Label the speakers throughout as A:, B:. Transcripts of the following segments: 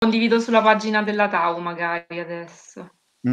A: condivido sulla pagina della Tau magari adesso.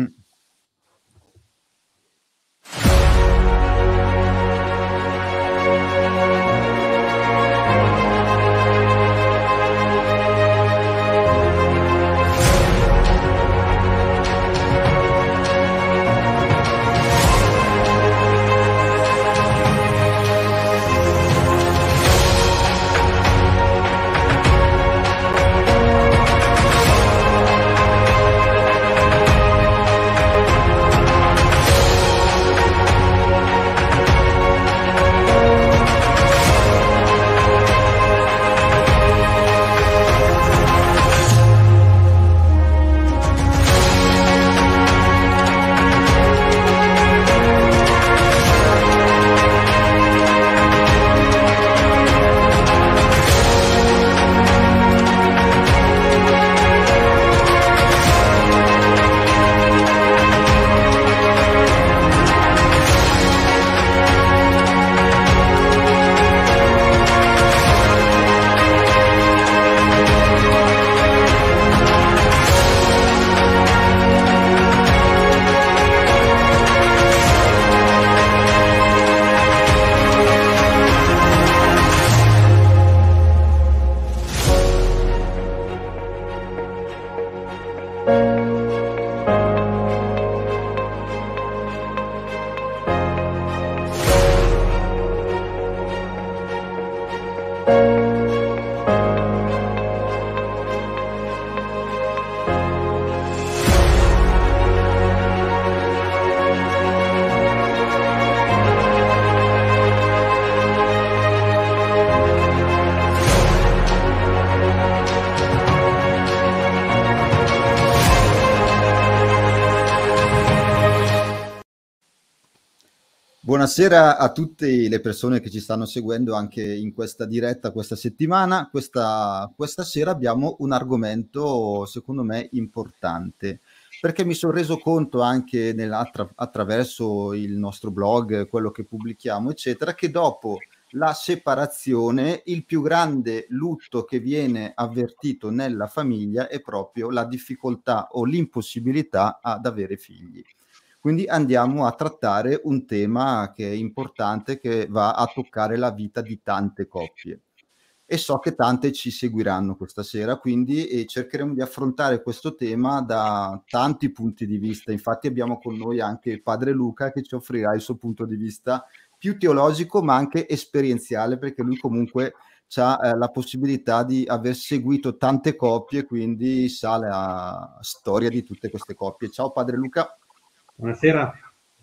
B: Buonasera a tutte le persone che ci stanno seguendo anche in questa diretta questa settimana. Questa sera abbiamo un argomento secondo me importante, perché mi sono reso conto anche attraverso il nostro blog, quello che pubblichiamo, eccetera, che dopo la separazione il più grande lutto che viene avvertito nella famiglia è proprio la difficoltà o l'impossibilità ad avere figli. Quindi andiamo a trattare un tema che è importante, che va a toccare la vita di tante coppie. E so che tante ci seguiranno questa sera, quindi cercheremo di affrontare questo tema da tanti punti di vista. Infatti abbiamo con noi anche il padre Luca che ci offrirà il suo punto di vista più teologico ma anche esperienziale, perché lui comunque ha la possibilità di aver seguito tante coppie, quindi sa la storia di tutte queste coppie. Ciao padre Luca.
C: Buonasera.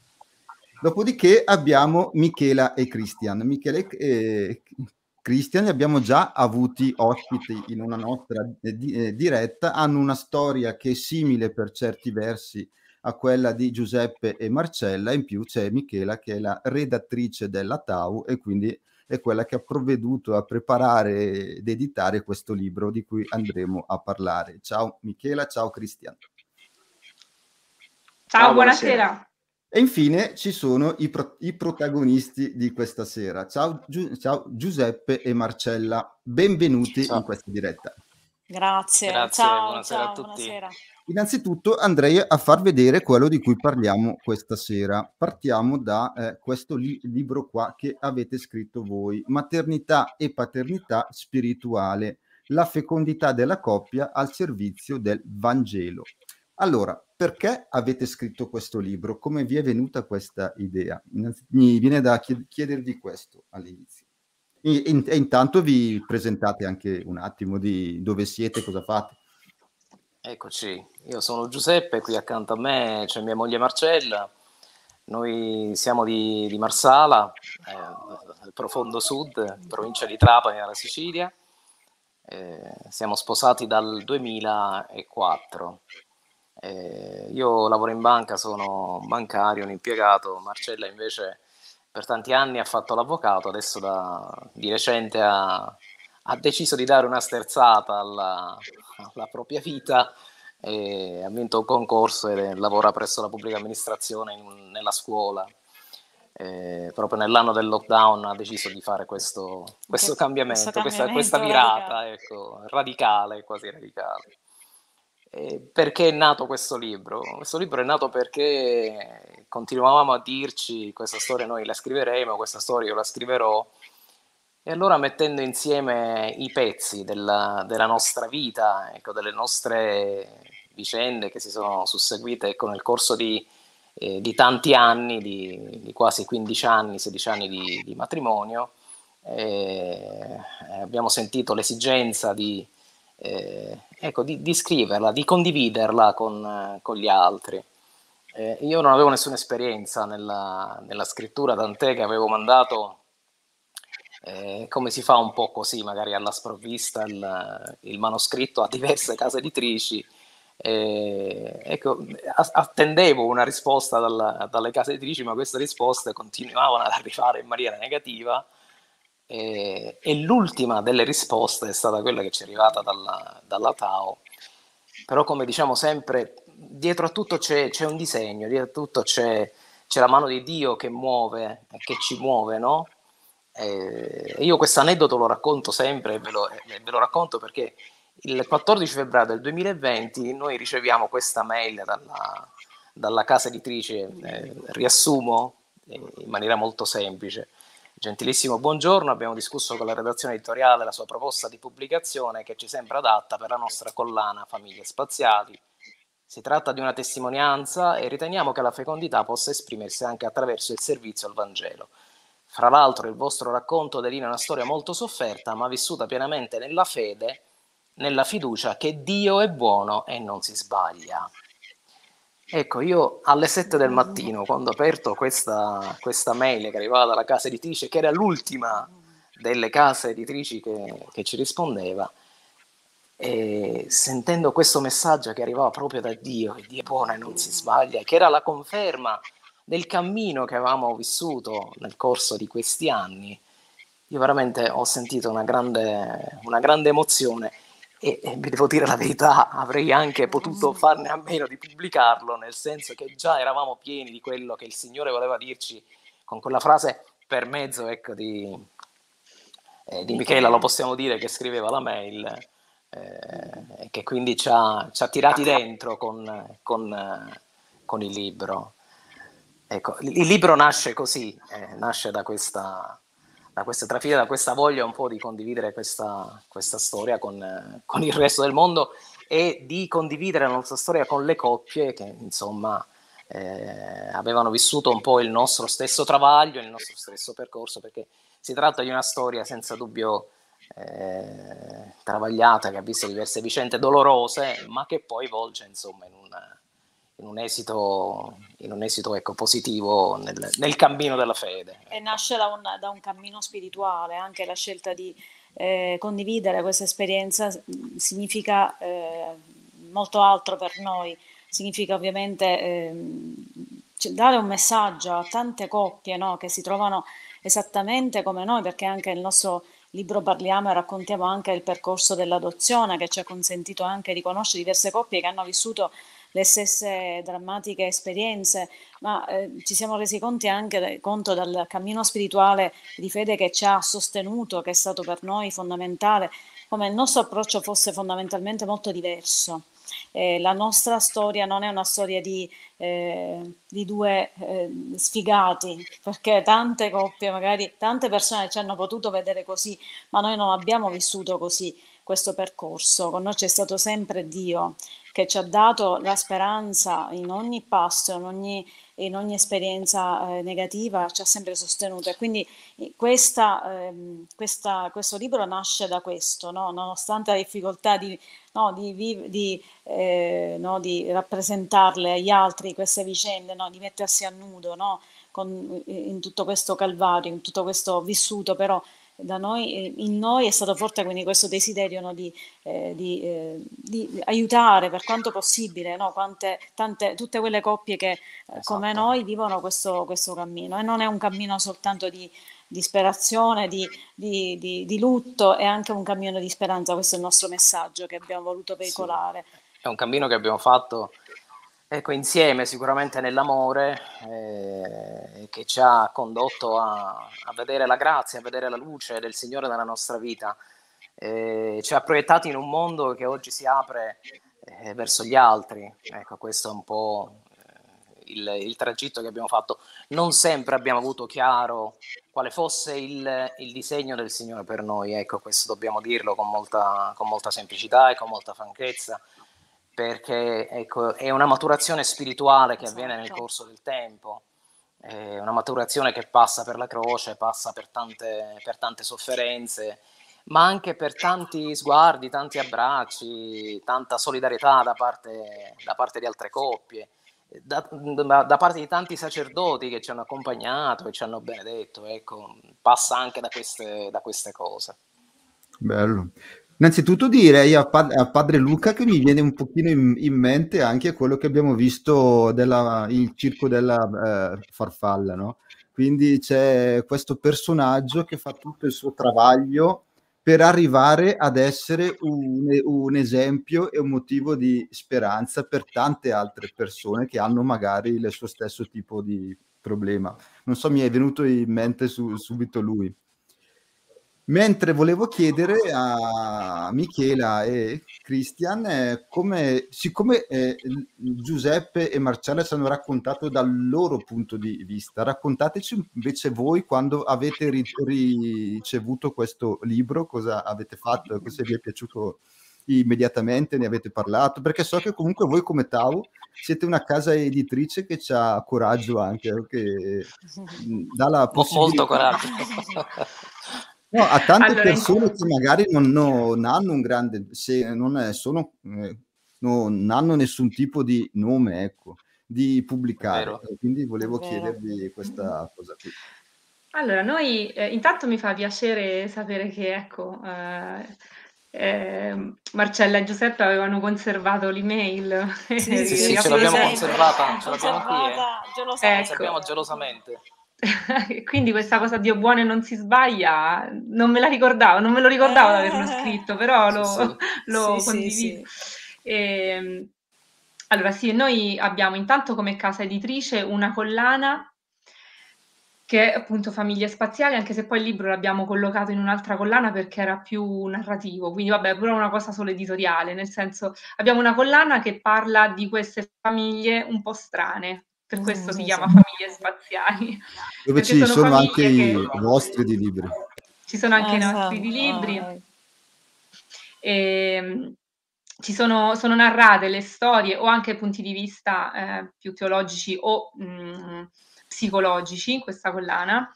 B: Dopodiché abbiamo Michela e Christian. Michele e Christian li abbiamo già avuti ospiti in una nostra diretta, hanno una storia che è simile per certi versi a quella di Giuseppe e Marcella, in più c'è Michela che è la redattrice della Tau e quindi è quella che ha provveduto a preparare ed editare questo libro di cui andremo a parlare. Ciao Michela, ciao Christian.
A: Ciao, buonasera.
B: E infine ci sono i protagonisti di questa sera. Ciao Giuseppe e Marcella, benvenuti in questa diretta.
D: Grazie. Ciao, buonasera a tutti. Buonasera.
B: Innanzitutto andrei a far vedere quello di cui parliamo questa sera. Partiamo da questo libro qua che avete scritto voi, Maternità e paternità spirituale, la fecondità della coppia al servizio del Vangelo. Allora, perché avete scritto questo libro? Come vi è venuta questa idea? Mi viene da chiedervi questo all'inizio. E intanto vi presentate anche un attimo di dove siete, cosa fate.
E: Eccoci, io sono Giuseppe, qui accanto a me c'è mia moglie Marcella, noi siamo di Marsala, nel profondo sud, provincia di Trapani, nella Sicilia, siamo sposati dal 2004. Io lavoro in banca, sono bancario, un impiegato. Marcella invece per tanti anni ha fatto l'avvocato, adesso di recente ha deciso di dare una sterzata alla propria vita e ha vinto un concorso e lavora presso la pubblica amministrazione nella scuola. Proprio nell'anno del lockdown ha deciso di fare questo cambiamento, questa virata radicale, ecco, radicale, quasi radicale. Perché è nato questo libro? Questo libro è nato perché continuavamo a dirci questa storia noi la scriveremo, questa storia io la scriverò, e allora mettendo insieme i pezzi della nostra vita, ecco, delle nostre vicende che si sono susseguite, ecco, nel corso di tanti anni, di quasi 15 anni, 16 anni di matrimonio, abbiamo sentito l'esigenza ecco, di scriverla, di condividerla con gli altri. Io non avevo nessuna esperienza nella scrittura, tant'è che avevo mandato, come si fa un po' così, magari alla sprovvista, il manoscritto a diverse case editrici. Ecco, attendevo una risposta dalle case editrici, ma queste risposte continuavano ad arrivare in maniera negativa. E l'ultima delle risposte è stata quella che ci è arrivata dalla Tao. Però, come diciamo sempre, dietro a tutto c'è un disegno, dietro a tutto c'è la mano di Dio che muove, che ci muove, no? Io questo aneddoto lo racconto sempre, e ve lo racconto perché il 14 febbraio del 2020 noi riceviamo questa mail dalla casa editrice, riassumo in maniera molto semplice. Gentilissimo buongiorno, abbiamo discusso con la redazione editoriale la sua proposta di pubblicazione che ci sembra adatta per la nostra collana Famiglie Spaziali. Si tratta di una testimonianza e riteniamo che la fecondità possa esprimersi anche attraverso il servizio al Vangelo. Fra l'altro il vostro racconto delinea una storia molto sofferta ma vissuta pienamente nella fede, nella fiducia che Dio è buono e non si sbaglia. Ecco, io alle 7 del mattino, quando ho aperto questa mail che arrivava dalla casa editrice, che era l'ultima delle case editrici che ci rispondeva, e sentendo questo messaggio che arrivava proprio da Dio, che Dio è buono e non si sbaglia, che era la conferma del cammino che avevamo vissuto nel corso di questi anni, io veramente ho sentito una grande emozione. E vi devo dire la verità, avrei anche potuto farne a meno di pubblicarlo, nel senso che già eravamo pieni di quello che il Signore voleva dirci con quella frase per mezzo, ecco, di Michela, lo possiamo dire, che scriveva la mail, che quindi ci ha tirati dentro con il libro. Ecco, il libro nasce così, nasce da questa trafila, da questa voglia un po' di condividere questa storia con il resto del mondo e di condividere la nostra storia con le coppie che insomma avevano vissuto un po' il nostro stesso travaglio, il nostro stesso percorso, perché si tratta di una storia senza dubbio travagliata, che ha visto diverse vicende dolorose, ma che poi volge insomma in un esito ecco, positivo nel cammino della fede.
D: E nasce da un cammino spirituale, anche la scelta di condividere questa esperienza significa molto altro per noi, significa ovviamente dare un messaggio a tante coppie, no, che si trovano esattamente come noi, perché anche nel nostro libro parliamo e raccontiamo anche il percorso dell'adozione che ci ha consentito anche di conoscere diverse coppie che hanno vissuto le stesse drammatiche esperienze, ma ci siamo resi conto dal cammino spirituale di fede che ci ha sostenuto, che è stato per noi fondamentale, come il nostro approccio fosse fondamentalmente molto diverso. La nostra storia non è una storia di due sfigati, perché tante coppie, magari tante persone ci hanno potuto vedere così, ma noi non abbiamo vissuto così questo percorso. Con noi c'è stato sempre Dio che ci ha dato la speranza in ogni passo, in ogni esperienza negativa, ci ha sempre sostenuto. E quindi questo libro nasce da questo, no? Nonostante la difficoltà di rappresentarle agli altri queste vicende, no? Di mettersi a nudo, no? In tutto questo calvario, in tutto questo vissuto, però in noi è stato forte quindi questo desiderio, no? di aiutare per quanto possibile, no? Tutte quelle coppie che come noi vivono questo cammino, e non è un cammino soltanto di disperazione, di lutto, è anche un cammino di speranza. Questo è il nostro messaggio che abbiamo voluto veicolare.
E: Sì. È un cammino che abbiamo fatto, ecco, insieme, sicuramente nell'amore, che ci ha condotto a vedere la grazia, a vedere la luce del Signore nella nostra vita. Ci ha proiettati in un mondo che oggi si apre verso gli altri. Ecco, questo è un po' il tragitto che abbiamo fatto. Non sempre abbiamo avuto chiaro quale fosse il disegno del Signore per noi, ecco, questo dobbiamo dirlo con molta semplicità e con molta franchezza, perché ecco, è una maturazione spirituale che avviene nel corso del tempo, è una maturazione che passa per la croce, passa per tante sofferenze, ma anche per tanti sguardi, tanti abbracci, tanta solidarietà da parte di altre coppie, da parte di tanti sacerdoti che ci hanno accompagnato e ci hanno benedetto, ecco, passa anche da queste cose.
B: Bello. Innanzitutto direi a padre Luca che mi viene un pochino in mente anche quello che abbiamo visto il circo della farfalla, no? Quindi c'è questo personaggio che fa tutto il suo travaglio per arrivare ad essere un esempio e un motivo di speranza per tante altre persone che hanno magari il suo stesso tipo di problema. Non so, mi è venuto in mente subito lui. Mentre volevo chiedere a Michela e Christian, siccome Giuseppe e Marcella ci hanno raccontato dal loro punto di vista, raccontateci invece voi quando avete ricevuto questo libro, cosa avete fatto, se vi è piaciuto immediatamente, ne avete parlato, perché so che comunque voi come Tau siete una casa editrice che ha coraggio anche, che dà la possibilità...
E: Molto coraggio.
B: No, a tante persone che magari non hanno un grande, non hanno nessun tipo di nome, ecco, di pubblicare. Quindi volevo chiedervi questa cosa qui.
A: Allora, noi intanto mi fa piacere sapere che, ecco, Marcella e Giuseppe avevano conservato l'email.
E: Sì, ce l'abbiamo conservata, ce l'abbiamo qui,
A: conserviamo
E: gelosamente.
A: Quindi questa cosa Dio buono e non si sbaglia, non me la ricordavo, non me lo ricordavo di averlo scritto, però l'ho condiviso. Allora sì, noi abbiamo intanto come casa editrice una collana che è appunto Famiglie Spaziali, anche se poi il libro l'abbiamo collocato in un'altra collana perché era più narrativo, quindi vabbè, pure una cosa solo editoriale, nel senso abbiamo una collana che parla di queste famiglie un po' strane, per questo si chiama Famiglie Spaziali.
B: Dove ci sono anche i vostri di libri.
A: Ci sono anche i nostri di libri. Sono narrate le storie o anche punti di vista più teologici o psicologici in questa collana,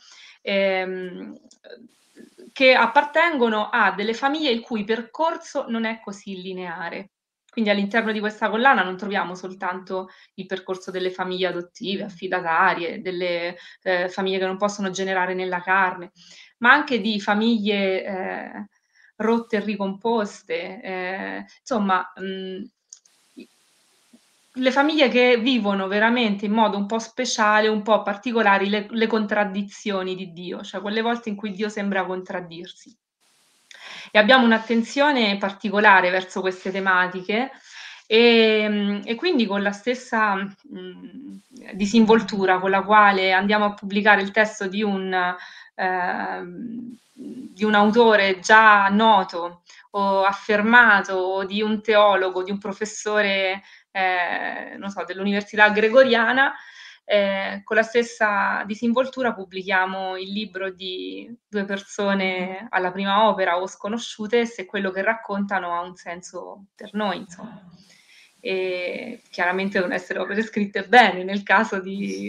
A: che appartengono a delle famiglie il cui percorso non è così lineare. Quindi all'interno di questa collana non troviamo soltanto il percorso delle famiglie adottive, affidatarie, delle famiglie che non possono generare nella carne, ma anche di famiglie rotte e ricomposte, insomma, le famiglie che vivono veramente in modo un po' speciale, un po' particolari, le contraddizioni di Dio, cioè quelle volte in cui Dio sembra contraddirsi. E abbiamo un'attenzione particolare verso queste tematiche e quindi con la stessa disinvoltura con la quale andiamo a pubblicare il testo di un autore già noto o affermato, o di un teologo, di un professore non so, dell'Università Gregoriana, con la stessa disinvoltura pubblichiamo il libro di due persone alla prima opera o sconosciute se quello che raccontano ha un senso per noi, insomma. E chiaramente devono essere opere scritte bene, nel caso di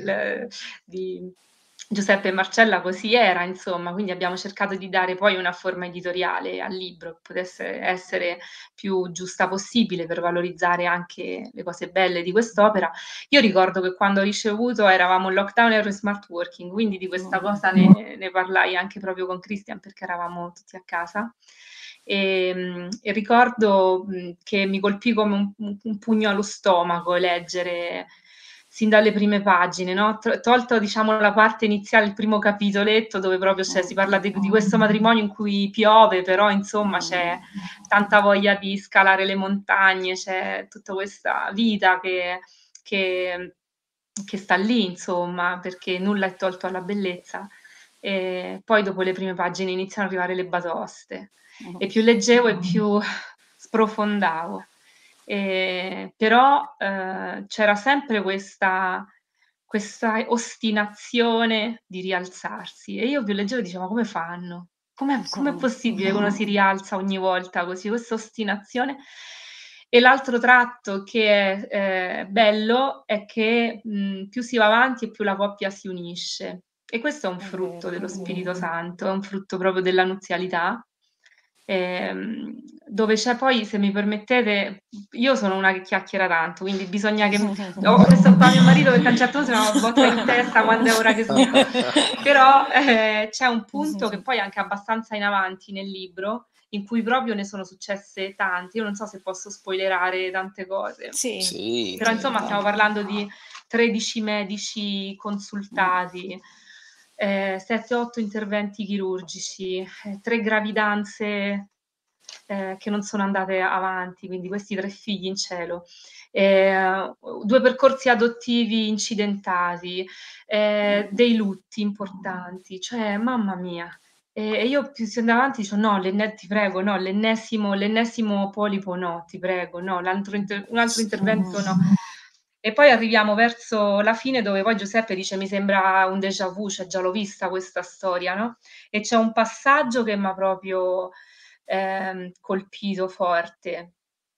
A: Giuseppe e Marcella così era, insomma, quindi abbiamo cercato di dare poi una forma editoriale al libro che potesse essere più giusta possibile per valorizzare anche le cose belle di quest'opera. Io ricordo che quando ho ricevuto eravamo in lockdown e ero in smart working, quindi di questa cosa ne parlai anche proprio con Christian perché eravamo tutti a casa. E ricordo che mi colpì come un pugno allo stomaco leggere sin dalle prime pagine, no? Tolto diciamo la parte iniziale, il primo capitoletto dove proprio si parla di questo matrimonio in cui piove, però insomma c'è tanta voglia di scalare le montagne, c'è tutta questa vita che sta lì, insomma, perché nulla è tolto alla bellezza. E poi dopo le prime pagine iniziano ad arrivare le batoste e più leggevo e più sprofondavo. Però c'era sempre questa ostinazione di rialzarsi, e io più leggevo e dicevo: ma come fanno? Com'è possibile che uno si rialza ogni volta così? Questa ostinazione. E l'altro tratto che è bello è che più si va avanti e più la coppia si unisce. E questo è un frutto dello Spirito Santo, è un frutto proprio della nuzialità, dove c'è poi, se mi permettete, io sono una che chiacchiera tanto, quindi bisogna che ho questo qua mio marito, perché a un certo punto si mi botta in testa quando è ora che smetto, però c'è un punto che poi è anche abbastanza in avanti nel libro, in cui proprio ne sono successe tante. Io non so se posso spoilerare tante cose,
E: Sì.
A: però insomma stiamo parlando di 13 medici consultati, 7-8 interventi chirurgici, 3 gravidanze che non sono andate avanti, quindi questi 3 figli in cielo, 2 percorsi adottivi incidentati, dei lutti importanti, cioè mamma mia. E io più si andava avanti dicevo: no, ti prego, no, l'ennesimo polipo no, ti prego, no, un altro intervento no. E poi arriviamo verso la fine, dove poi Giuseppe dice: mi sembra un déjà vu, cioè già l'ho vista questa storia, no? E c'è un passaggio che mi ha proprio colpito forte.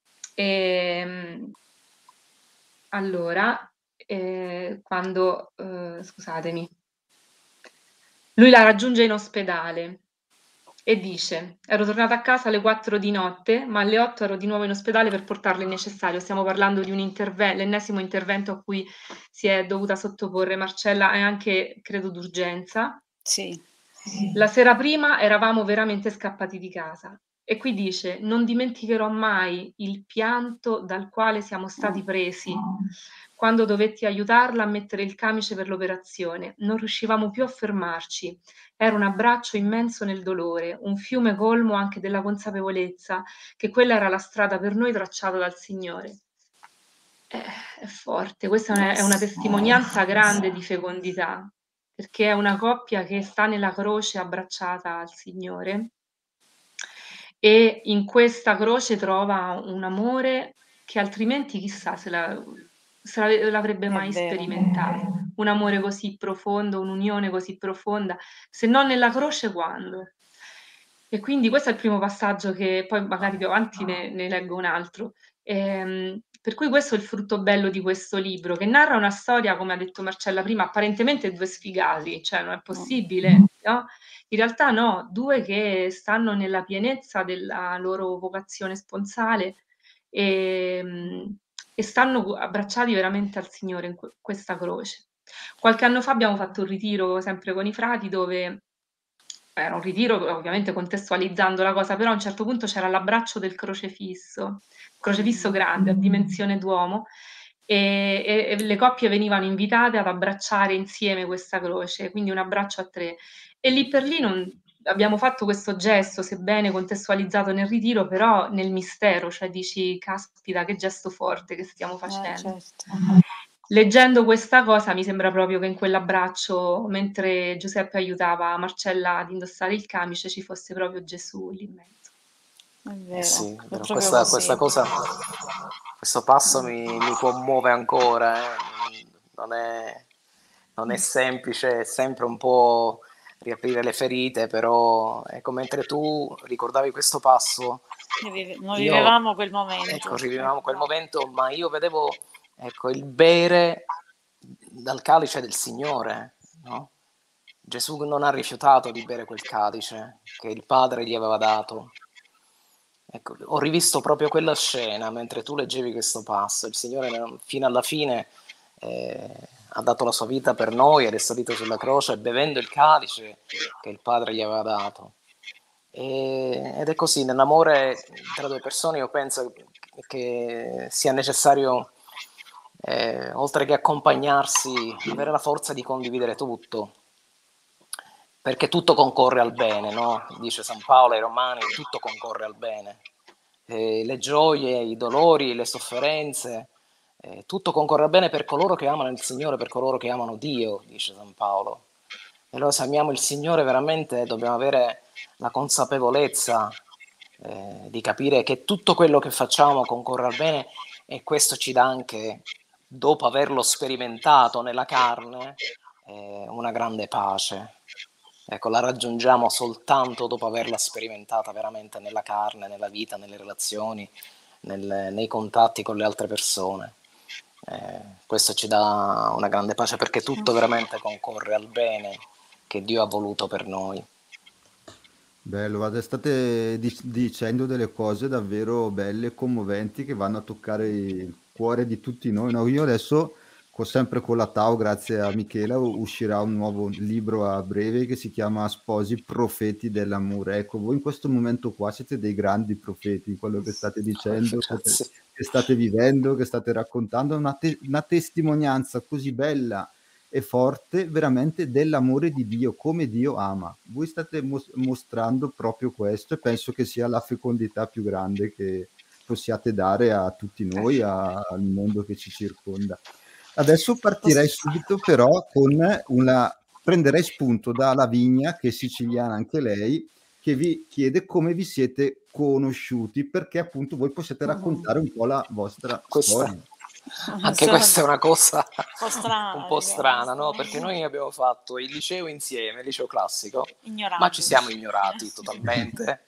A: Allora, quando, scusatemi, lui la raggiunge in ospedale e dice: ero tornata a casa alle 4 di notte, ma alle 8 ero di nuovo in ospedale per portarle il necessario. Stiamo parlando di l'ennesimo intervento a cui si è dovuta sottoporre Marcella, e anche, credo, d'urgenza.
D: Sì.
A: La sera prima eravamo veramente scappati di casa. E qui dice: non dimenticherò mai il pianto dal quale siamo stati presi quando dovetti aiutarla a mettere il camice per l'operazione. Non riuscivamo più a fermarci. Era un abbraccio immenso nel dolore, un fiume colmo anche della consapevolezza che quella era la strada per noi tracciata dal Signore. È forte, questa è una testimonianza grande di fecondità, perché è una coppia che sta nella croce abbracciata al Signore, e in questa croce trova un amore che altrimenti chissà se l'avrebbe mai sperimentato. Un amore così profondo, un'unione così profonda, se non nella croce, quando? E quindi questo è il primo passaggio, che poi magari più avanti ne leggo un altro. Per cui questo è il frutto bello di questo libro, che narra una storia, come ha detto Marcella prima, apparentemente 2 sfigati, cioè non è possibile, no? In realtà no, 2 che stanno nella pienezza della loro vocazione sponsale, e stanno abbracciati veramente al Signore in questa croce. Qualche anno fa abbiamo fatto un ritiro sempre con i frati, dove era un ritiro ovviamente contestualizzando la cosa, però a un certo punto c'era l'abbraccio del crocefisso grande, a dimensione d'uomo, e le coppie venivano invitate ad abbracciare insieme questa croce, quindi un abbraccio a 3. E lì per lì abbiamo fatto questo gesto, sebbene contestualizzato nel ritiro, però nel mistero, cioè dici: caspita, che gesto forte che stiamo facendo.
D: Certo.
A: Leggendo questa cosa mi sembra proprio che in quell'abbraccio, mentre Giuseppe aiutava Marcella ad indossare il camice, ci fosse proprio Gesù lì in mezzo.
D: È vero,
E: Sì,
D: è
E: però
D: proprio
E: questa
D: così.
E: cosa, questo passo mi commuove ancora, non è semplice, è sempre un po' riaprire le ferite, però ecco, mentre tu ricordavi questo passo,
D: Non
E: io,
D: vivevamo quel momento.
E: ecco, rivivevamo quel momento, ma io vedevo, ecco, il bere dal calice del Signore, no? Gesù non ha rifiutato di bere quel calice che il Padre gli aveva dato. Ecco, ho rivisto proprio quella scena mentre tu leggevi questo passo. Il Signore fino alla fine ha dato la sua vita per noi ed è salito sulla croce bevendo il calice che il Padre gli aveva dato. Ed è così, nell'amore tra 2 persone io penso che sia necessario, oltre che accompagnarsi, avere la forza di condividere tutto, perché tutto concorre al bene, no? Dice San Paolo ai Romani, tutto concorre al bene. Le gioie, i dolori, le sofferenze, tutto concorre al bene per coloro che amano il Signore, per coloro che amano Dio, dice San Paolo. E allora se amiamo il Signore veramente dobbiamo avere la consapevolezza di capire che tutto quello che facciamo concorre al bene, e questo ci dà anche, dopo averlo sperimentato nella carne, una grande pace. Ecco, la raggiungiamo soltanto dopo averla sperimentata veramente nella carne, nella vita, nelle relazioni, nei contatti con le altre persone. Questo ci dà una grande pace, perché tutto veramente concorre al bene che Dio ha voluto per noi.
B: Bello, guarda, state dicendo delle cose davvero belle e commoventi che vanno a toccare il cuore di tutti noi, no? Io adesso, sempre con la Tau, grazie a Michela, uscirà un nuovo libro a breve che si chiama Sposi profeti dell'amore. Ecco, voi in questo momento qua siete dei grandi profeti, quello che state dicendo,
E: Grazie.
B: che state vivendo, che state raccontando, una testimonianza così bella e forte veramente dell'amore di Dio, come Dio ama. Voi state mostrando proprio questo, e penso che sia la fecondità più grande che possiate dare a tutti noi, al mondo che ci circonda. Adesso partirei subito però con prenderei spunto da Lavinia, che è siciliana anche lei, che vi chiede come vi siete conosciuti, perché appunto voi possiate raccontare un po' la vostra storia.
E: Anche questa è una cosa un po'
D: strana,
E: strana, no? Perché noi abbiamo fatto il liceo insieme, il liceo classico,
D: ignorati.
E: ma ci siamo ignorati totalmente.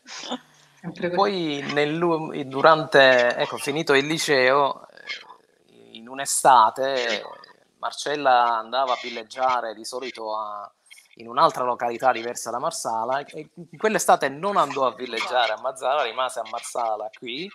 E: Poi durante, ecco, finito il liceo, in un'estate Marcella andava a villeggiare di solito in un'altra località diversa da Marsala, e in quell'estate non andò a villeggiare a Marsala, rimase a Marsala qui.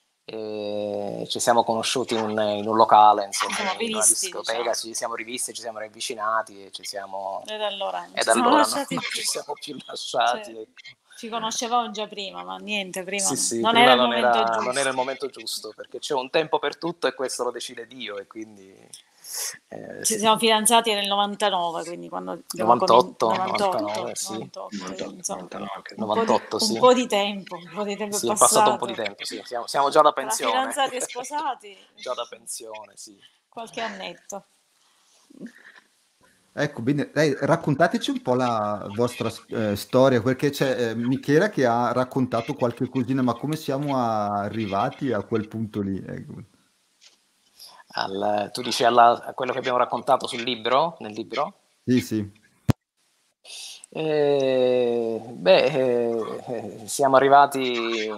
E: Ci siamo conosciuti in un locale, insomma, in una discoteca, diciamo. Ci siamo rivisti, ci siamo ravvicinati e ci siamo...
D: E da allora
E: non ci siamo più lasciati.
D: Cioè, ci conoscevamo già prima, ma niente, prima,
E: Sì,
D: non
E: prima
D: era il momento giusto.
E: Non era il momento giusto, perché c'è un tempo per tutto e questo lo decide Dio, e quindi...
D: ci siamo fidanzati nel 99, quindi quando
E: 99, sì.
D: 98, sì. Un po' di tempo
E: sì, è passato un po' di tempo, sì. Siamo già da pensione.
D: Tra fidanzati e sposati.
E: Già da pensione, sì.
D: Qualche annetto.
B: Ecco, bene, raccontateci un po' la vostra storia, perché c'è Michela che ha raccontato qualche cosina, ma come siamo arrivati a quel punto lì? Ecco.
E: Tu dici a quello che abbiamo raccontato nel libro?
B: Sì.
E: Siamo arrivati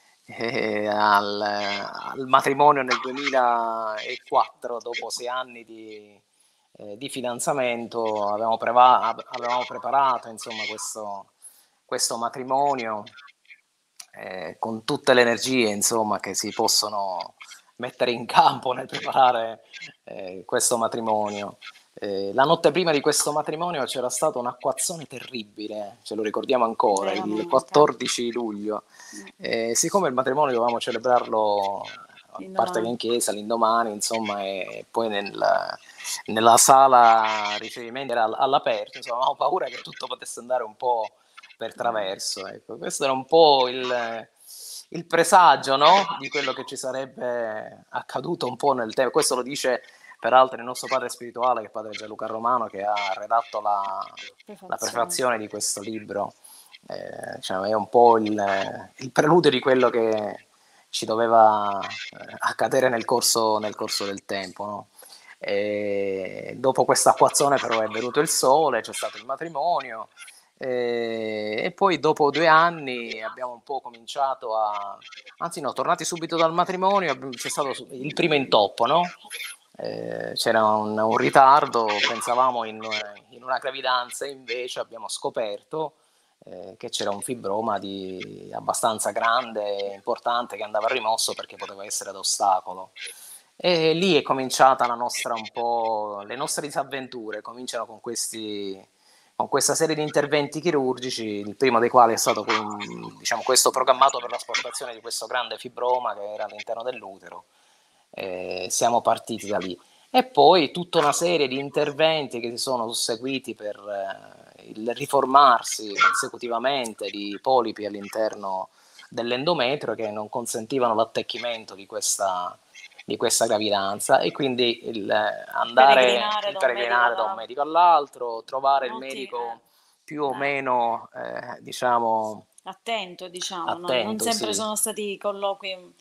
E: al matrimonio nel 2004, dopo 6 anni di fidanzamento. Avevamo preparato, insomma, questo matrimonio con tutte le energie, insomma, che si possono mettere in campo nel preparare questo matrimonio. La notte prima di questo matrimonio c'era stato un acquazzone terribile, ce lo ricordiamo ancora, il 14 luglio. Siccome il matrimonio dovevamo celebrarlo, a parte che in chiesa, l'indomani, insomma, e poi nella sala ricevimento era all'aperto, insomma, avevamo paura che tutto potesse andare un po' per traverso. Ecco. Questo era un po' il presagio, no? Di quello che ci sarebbe accaduto un po' nel tempo. Questo lo dice peraltro il nostro padre spirituale, che è padre Gianluca Romano, che ha redatto la prefazione di questo libro. Diciamo, è un po' il preludio di quello che ci doveva accadere nel corso del tempo, no? Dopo questa acquazzone però è venuto il sole, c'è stato il matrimonio, e poi dopo 2 anni abbiamo un po' cominciato tornati subito dal matrimonio, c'è stato il primo intoppo, no? C'era un ritardo, pensavamo in una gravidanza, invece abbiamo scoperto che c'era un fibroma abbastanza grande e importante, che andava rimosso perché poteva essere ad ostacolo. E lì è cominciata le nostre disavventure. Cominciano con questa serie di interventi chirurgici, il primo dei quali è stato questo programmato per l'asportazione di questo grande fibroma che era all'interno dell'utero. Siamo partiti da lì, e poi tutta una serie di interventi che si sono susseguiti per il riformarsi consecutivamente di polipi all'interno dell'endometrio, che non consentivano l'attecchimento di questa gravidanza, e quindi il peregrinare da un medico all'altro, trovare il medico più o meno
D: attento, diciamo, non
E: attento,
D: sempre
E: sì.
D: sono stati colloqui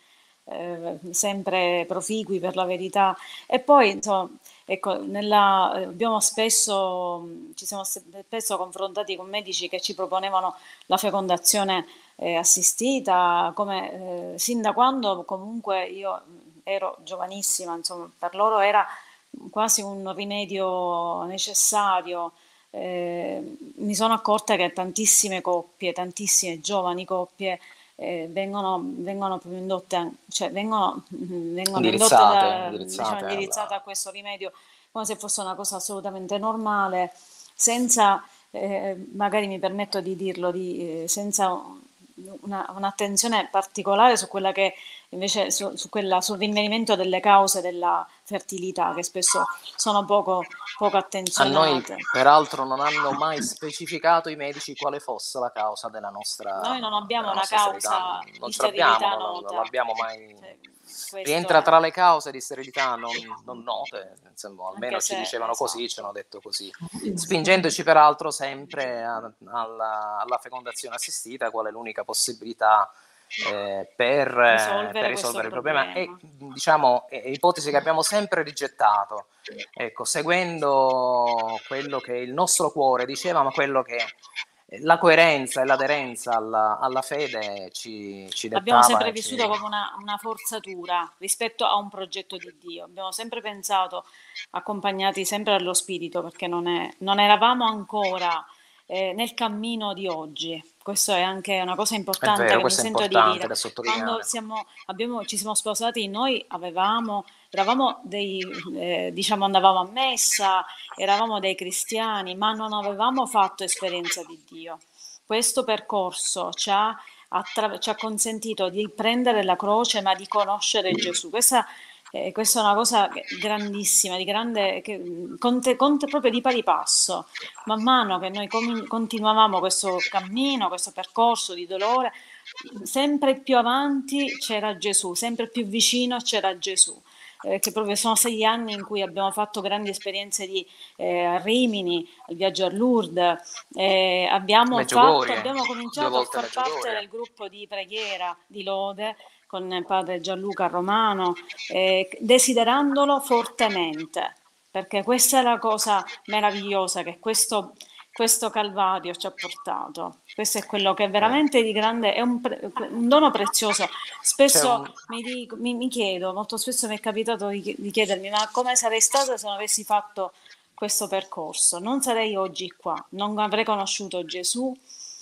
D: sempre proficui per la verità. E poi, insomma, ecco, abbiamo spesso, ci siamo spesso confrontati con medici che ci proponevano la fecondazione assistita, come sin da quando comunque io ero giovanissima, insomma, per loro era quasi un rimedio necessario. Mi sono accorta che tantissime coppie, tantissime giovani coppie vengono proprio indotte, cioè vengono indotte diciamo,
E: Indirizzate
D: indirizzate
E: alla...
D: a questo rimedio come se fosse una cosa assolutamente normale, senza, magari mi permetto di dirlo, senza un'attenzione particolare su quella che invece sul rinvenimento delle cause della fertilità, che spesso sono poco
E: A noi,
D: attenzionate.
E: peraltro, non hanno mai specificato i medici quale fosse la causa della
D: Noi non abbiamo una
E: sterilità.
D: causa
E: Non
D: di
E: ce l'abbiamo,
D: sterilità
E: non
D: nota.
E: l'abbiamo mai...
D: Cioè, questo
E: Rientra
D: è,
E: tra le cause di sterilità non note, insomma,
D: anche
E: almeno ci
D: se,
E: dicevano così, ci hanno
D: esatto,
E: detto così, spingendoci peraltro sempre alla fecondazione assistita, qual è l'unica possibilità per
D: risolvere questo
E: risolvere il problema. E
D: problema.
E: diciamo, è ipotesi che abbiamo sempre rigettato, ecco, seguendo quello che il nostro cuore diceva, ma quello che la coerenza e l'aderenza alla fede ci
D: L'abbiamo
E: dettava
D: sempre
E: e
D: vissuto come una forzatura rispetto a un progetto di Dio. Abbiamo sempre pensato, accompagnati sempre dallo Spirito, perché non eravamo ancora nel cammino di oggi. Questo è anche una cosa
E: È
D: importante
E: vero,
D: che mi
E: questo è
D: sento di
E: importante
D: dire.
E: da
D: Quando
E: sottolineare.
D: ci siamo sposati, noi eravamo diciamo, andavamo a messa, eravamo dei cristiani, ma non avevamo fatto esperienza di Dio. Questo percorso ci ha consentito di prendere la croce, ma di conoscere Gesù. Questa è una cosa grandissima, di grande, proprio di pari passo. Man mano che noi continuavamo questo cammino, questo percorso di dolore, sempre più avanti c'era Gesù, sempre più vicino c'era Gesù. Che proprio sono 6 anni in cui abbiamo fatto grandi esperienze a Rimini, il viaggio a Lourdes,
E: Medjugorje,
D: abbiamo
E: 2
D: cominciato a
E: volte
D: far parte
E: Medjugorje.
D: del gruppo di preghiera di Lode con il padre Gianluca Romano, desiderandolo fortemente, perché questa è la cosa meravigliosa che questo Calvario ci ha portato. Questo è quello che è veramente di grande, è un dono prezioso.
E: C'è
D: Spesso
E: un...
D: mi chiedo, molto spesso mi è capitato di chiedermi, ma come sarei stata se non avessi fatto questo percorso? Non sarei oggi qua, non avrei conosciuto Gesù,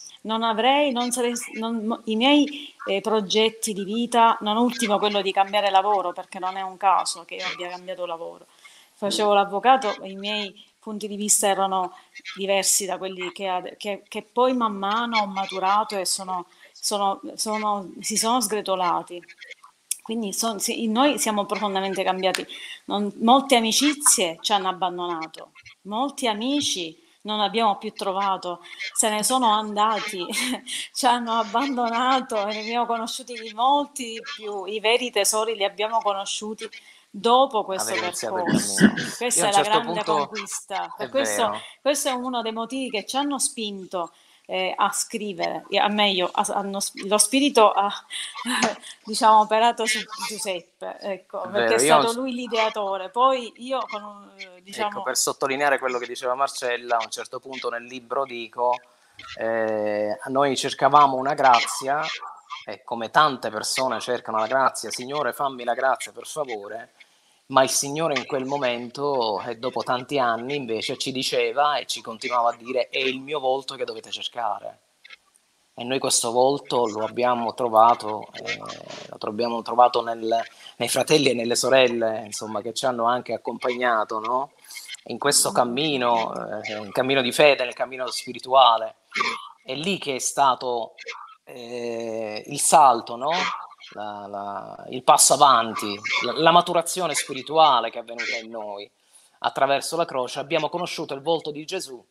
D: i miei progetti di vita, non ultimo quello di cambiare lavoro, perché non è un caso che io abbia cambiato lavoro. Facevo l'avvocato e i miei punti di vista erano diversi da quelli che poi man mano ho maturato e si sono sgretolati. Quindi noi siamo profondamente cambiati. Molte amicizie ci hanno abbandonato, molti amici non abbiamo più trovato, se ne sono andati, ci hanno abbandonato e ne abbiamo conosciuti di molti di più. I veri tesori li abbiamo conosciuti dopo questo
E: aver iniziato il
D: percorso.
E: cammino. Io a
D: Questa è
E: un
D: la
E: certo
D: grande
E: punto,
D: conquista.
E: è
D: Per questo,
E: vero,
D: questo è uno dei motivi che ci hanno spinto a scrivere, meglio, lo spirito ha diciamo operato su Giuseppe, ecco,
E: è
D: perché è
E: vero. Io
D: stato lui l'ideatore. Poi io
E: ecco,
D: diciamo
E: per sottolineare quello che diceva Marcella, a un certo punto nel libro dico, noi cercavamo una grazia, e come tante persone cercano la grazia, Signore fammi la grazia per favore, ma il Signore in quel momento, e dopo tanti anni, invece ci diceva e ci continuava a dire, è il mio volto che dovete cercare. E noi questo volto lo abbiamo trovato nei fratelli e nelle sorelle, insomma, che ci hanno anche accompagnato, no? In questo cammino, un cammino di fede, nel cammino spirituale. È lì che è stato il salto, no? Il passo avanti, la maturazione spirituale che è avvenuta in noi attraverso la croce. Abbiamo conosciuto il volto di Gesù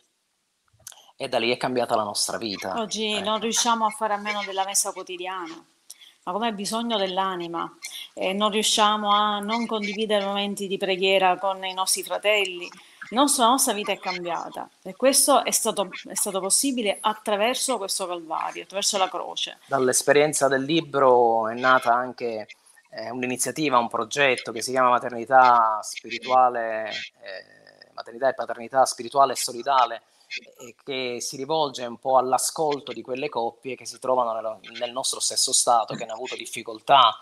E: e da lì è cambiata la nostra vita.
D: oggi non
E: Ecco.
D: riusciamo a fare a meno della messa quotidiana. ma come bisogno dell'anima. Non riusciamo a non condividere momenti di preghiera con i nostri fratelli. La nostra vita è cambiata e questo è stato possibile attraverso questo Calvario, attraverso la croce.
E: Dall'esperienza del libro è nata anche un'iniziativa, un progetto che si chiama Maternità Spirituale, Maternità e Paternità Spirituale e Solidale, che si rivolge un po' all'ascolto di quelle coppie che si trovano nel nostro stesso stato, che hanno avuto difficoltà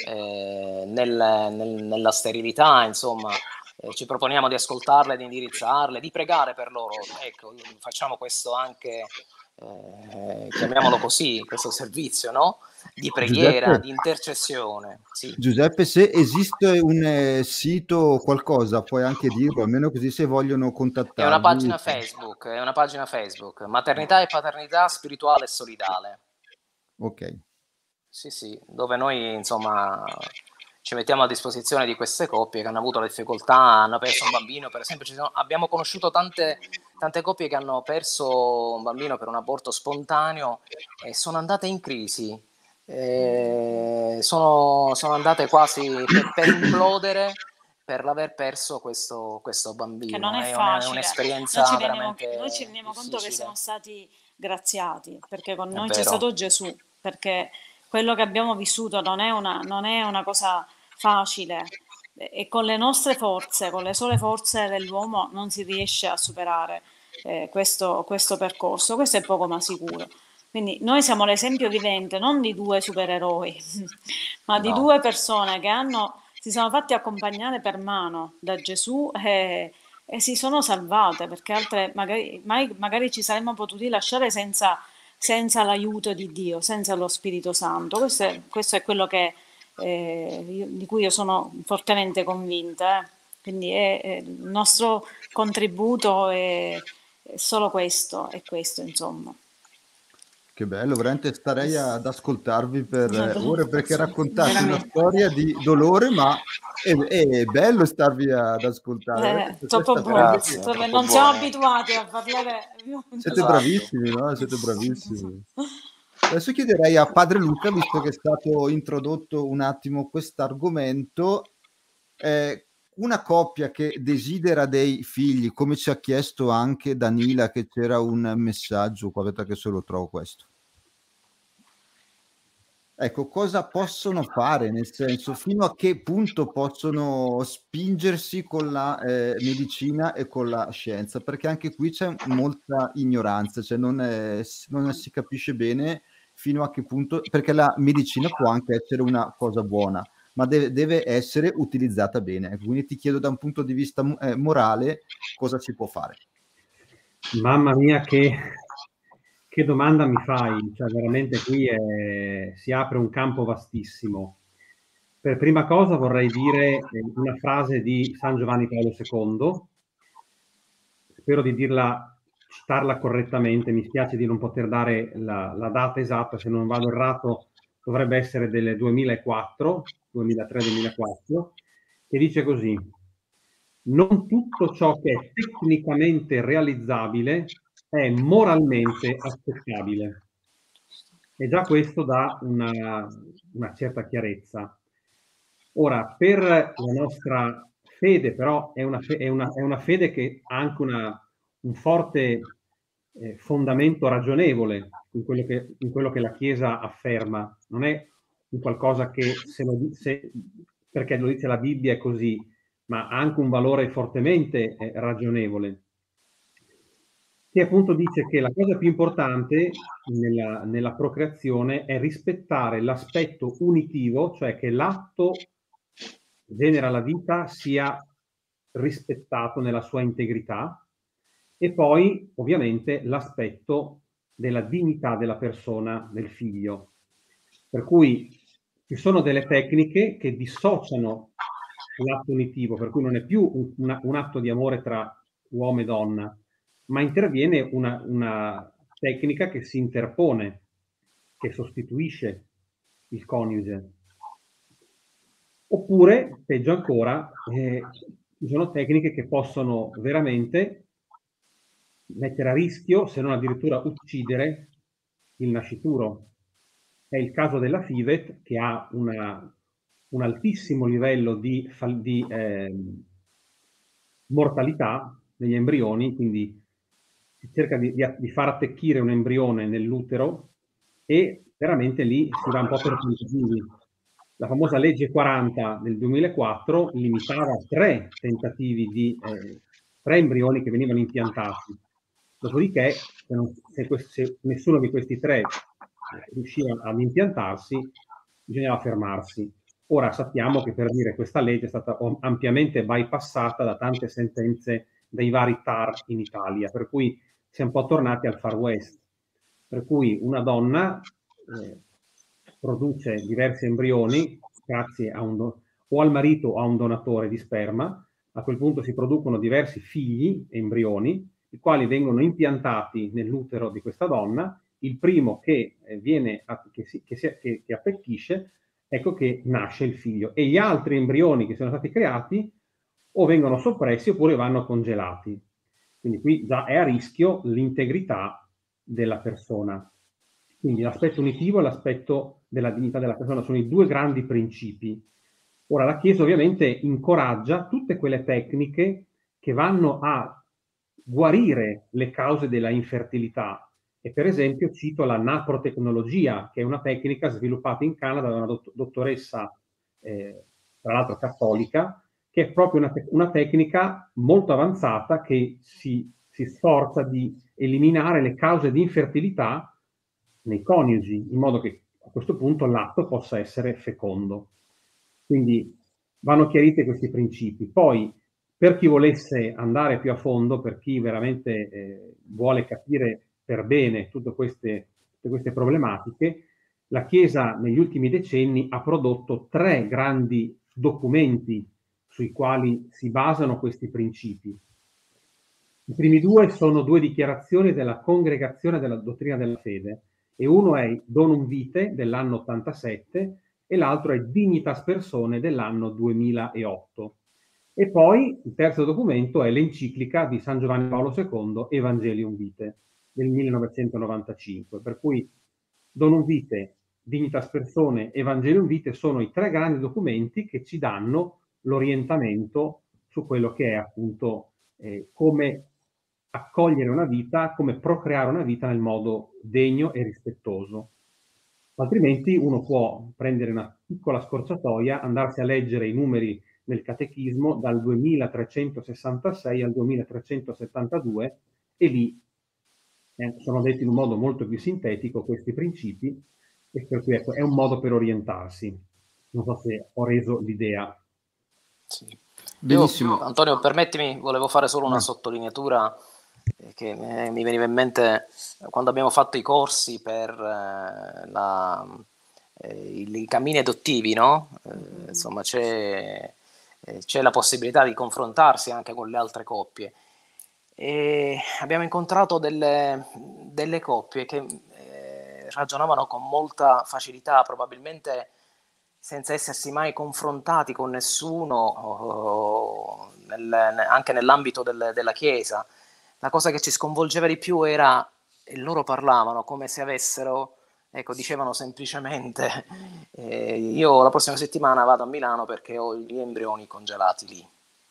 E: nella sterilità, insomma. Ci proponiamo di ascoltarle, di indirizzarle, di pregare per loro. Ecco, facciamo questo anche, chiamiamolo così, questo servizio, no? Di preghiera,
B: Giuseppe,
E: di intercessione. Sì.
B: Giuseppe, se esiste un sito, qualcosa, puoi anche dirlo, almeno così se vogliono
E: È
B: contattarvi.
E: una pagina Facebook, Maternità e Paternità Spirituale e Solidale.
B: Ok.
E: Sì, dove noi, insomma, ci mettiamo a disposizione di queste coppie che hanno avuto la difficoltà, hanno perso un bambino, per esempio. Abbiamo conosciuto tante coppie che hanno perso un bambino per un aborto spontaneo e sono andate in crisi, sono andate quasi per implodere per l'aver perso questo
D: Che
E: bambino.
D: non è
E: È
D: facile.
E: un'esperienza veramente
D: Noi ci rendiamo conto che
E: difficile.
D: siamo stati graziati, perché con
E: È
D: noi c'è
E: vero.
D: stato Gesù, perché quello che abbiamo vissuto non è una cosa facile e con le nostre forze, con le sole forze dell'uomo non si riesce a superare questo percorso, questo è poco ma sicuro. Quindi noi siamo l'esempio vivente non di due supereroi, ma di
E: No.
D: due persone che si sono fatti accompagnare per mano da Gesù e si sono salvate, perché altre magari ci saremmo potuti lasciare senza l'aiuto di Dio, senza lo Spirito Santo. Questo è quello di cui io sono fortemente convinta. Quindi il nostro contributo è solo questo, insomma.
B: Che bello, veramente starei ad ascoltarvi per ore perché raccontate una storia di dolore, ma è bello starvi ad ascoltare. Veramente
D: Troppo
B: questa
D: buono,
B: pelle
E: Grazie,
B: che-
E: troppo
D: non siamo
E: buoni.
D: abituati a parlare.
B: Siete
E: Esatto.
B: bravissimi, no? Siete bravissimi. Adesso chiederei a Padre Luca, visto che è stato introdotto un attimo quest'argomento, una coppia che desidera dei figli, come ci ha chiesto anche Danila, che c'era un messaggio, qua aspetta che se lo trovo questo. Ecco, cosa possono fare? Nel senso, fino a che punto possono spingersi con la medicina e con la scienza? Perché anche qui c'è molta ignoranza, cioè non si capisce bene fino a che punto, perché la medicina può anche essere una cosa buona, ma deve essere utilizzata bene. Quindi ti chiedo da un punto di vista morale cosa si può fare.
C: Mamma mia, che domanda mi fai? Cioè, veramente qui si apre un campo vastissimo. Per prima cosa vorrei dire una frase di San Giovanni Paolo II. Spero di citarla correttamente. Mi spiace di non poter dare la data esatta, se non vado errato dovrebbe essere del 2004, 2003-2004, che dice così: non tutto ciò che è tecnicamente realizzabile è moralmente accettabile. E già questo dà una certa chiarezza. Ora, per la nostra fede, però, è una fede che ha anche un forte fondamento ragionevole in quello che la Chiesa afferma. Non è un qualcosa che perché lo dice la Bibbia è così, ma ha anche un valore fortemente ragionevole, che appunto dice che la cosa più importante nella procreazione è rispettare l'aspetto unitivo, cioè che l'atto genera la vita sia rispettato nella sua integrità, e poi ovviamente l'aspetto della dignità della persona, del figlio. Per cui ci sono delle tecniche che dissociano l'atto unitivo, per cui non è più un atto di amore tra uomo e donna, ma interviene una tecnica che si interpone, che sostituisce il coniuge. Oppure, peggio ancora, ci sono tecniche che possono veramente mettere a rischio, se non addirittura uccidere, il nascituro. è il caso della FIVET, che ha un altissimo livello di mortalità negli embrioni, quindi si cerca di far attecchire un embrione nell'utero e veramente lì si va un po' per tentativi. La famosa legge 40 del 2004 limitava a 3 tentativi di 3 embrioni che venivano impiantati. Dopodiché, se nessuno di questi 3 riusciva ad impiantarsi, bisognava fermarsi. Ora sappiamo che, per dire, questa legge è stata ampiamente bypassata da tante sentenze dei vari TAR in Italia, per cui siamo un po' tornati al Far West, per cui una donna produce diversi embrioni grazie a o al marito o a un donatore di sperma. A quel punto si producono diversi figli, embrioni, i quali vengono impiantati nell'utero di questa donna. Il primo che appecchisce, ecco che nasce il figlio. E gli altri embrioni che sono stati creati o vengono soppressi oppure vanno congelati. Quindi qui già è a rischio l'integrità della persona. Quindi l'aspetto unitivo e l'aspetto della dignità della persona sono i due grandi principi. Ora, la Chiesa ovviamente incoraggia tutte quelle tecniche che vanno a guarire le cause della infertilità. E per esempio cito la naprotecnologia, che è una tecnica sviluppata in Canada da una dottoressa, tra l'altro cattolica, che è proprio una tecnica molto avanzata che si sforza di eliminare le cause di infertilità nei coniugi, in modo che a questo punto l'atto possa essere fecondo. Quindi vanno chiariti questi principi. Poi, per chi volesse andare più a fondo, per chi veramente vuole capire per bene tutte queste problematiche, la Chiesa negli ultimi decenni ha prodotto 3 grandi documenti sui quali si basano questi principi. I primi 2 sono 2 dichiarazioni della Congregazione della Dottrina della Fede, e uno è Donum Vitae dell'anno 87 e l'altro è Dignitas Personae dell'anno 2008. E poi il terzo documento è l'enciclica di San Giovanni Paolo II, Evangelium Vitae, del 1995, per cui Donum Vitae, Dignitas Personae, Evangelium Vitae sono i 3 grandi documenti che ci danno l'orientamento su quello che è appunto come accogliere una vita, come procreare una vita nel modo degno e rispettoso. Altrimenti uno può prendere una piccola scorciatoia, andarsi a leggere i numeri del catechismo dal 2366 al 2372 e lì sono detti in un modo molto più sintetico questi principi, e per cui ecco, è un modo per orientarsi. Non so se ho reso l'idea.
E: Sì.
B: Benissimo.
E: Antonio, permettimi, volevo fare solo una sottolineatura che mi veniva in mente quando abbiamo fatto i corsi per i cammini adottivi, no? Insomma, c'è la possibilità di confrontarsi anche con le altre coppie. E abbiamo incontrato delle coppie che ragionavano con molta facilità, probabilmente senza essersi mai confrontati con nessuno, anche nell'ambito della Chiesa. La cosa che ci sconvolgeva di più era, e loro parlavano come se avessero, ecco, dicevano semplicemente io la prossima settimana vado a Milano perché ho gli embrioni congelati lì.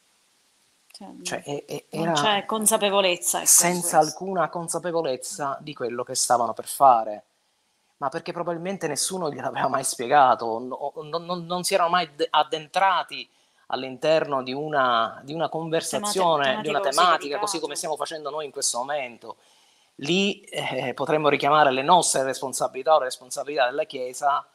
D: Non c'è consapevolezza.
E: Senza alcuna consapevolezza di quello che stavano per fare. Ma perché probabilmente nessuno gliel'aveva mai spiegato, non si erano mai addentrati all'interno di una conversazione, di una tematica, così come stiamo facendo noi in questo momento. Lì potremmo richiamare le nostre responsabilità o le responsabilità della Chiesa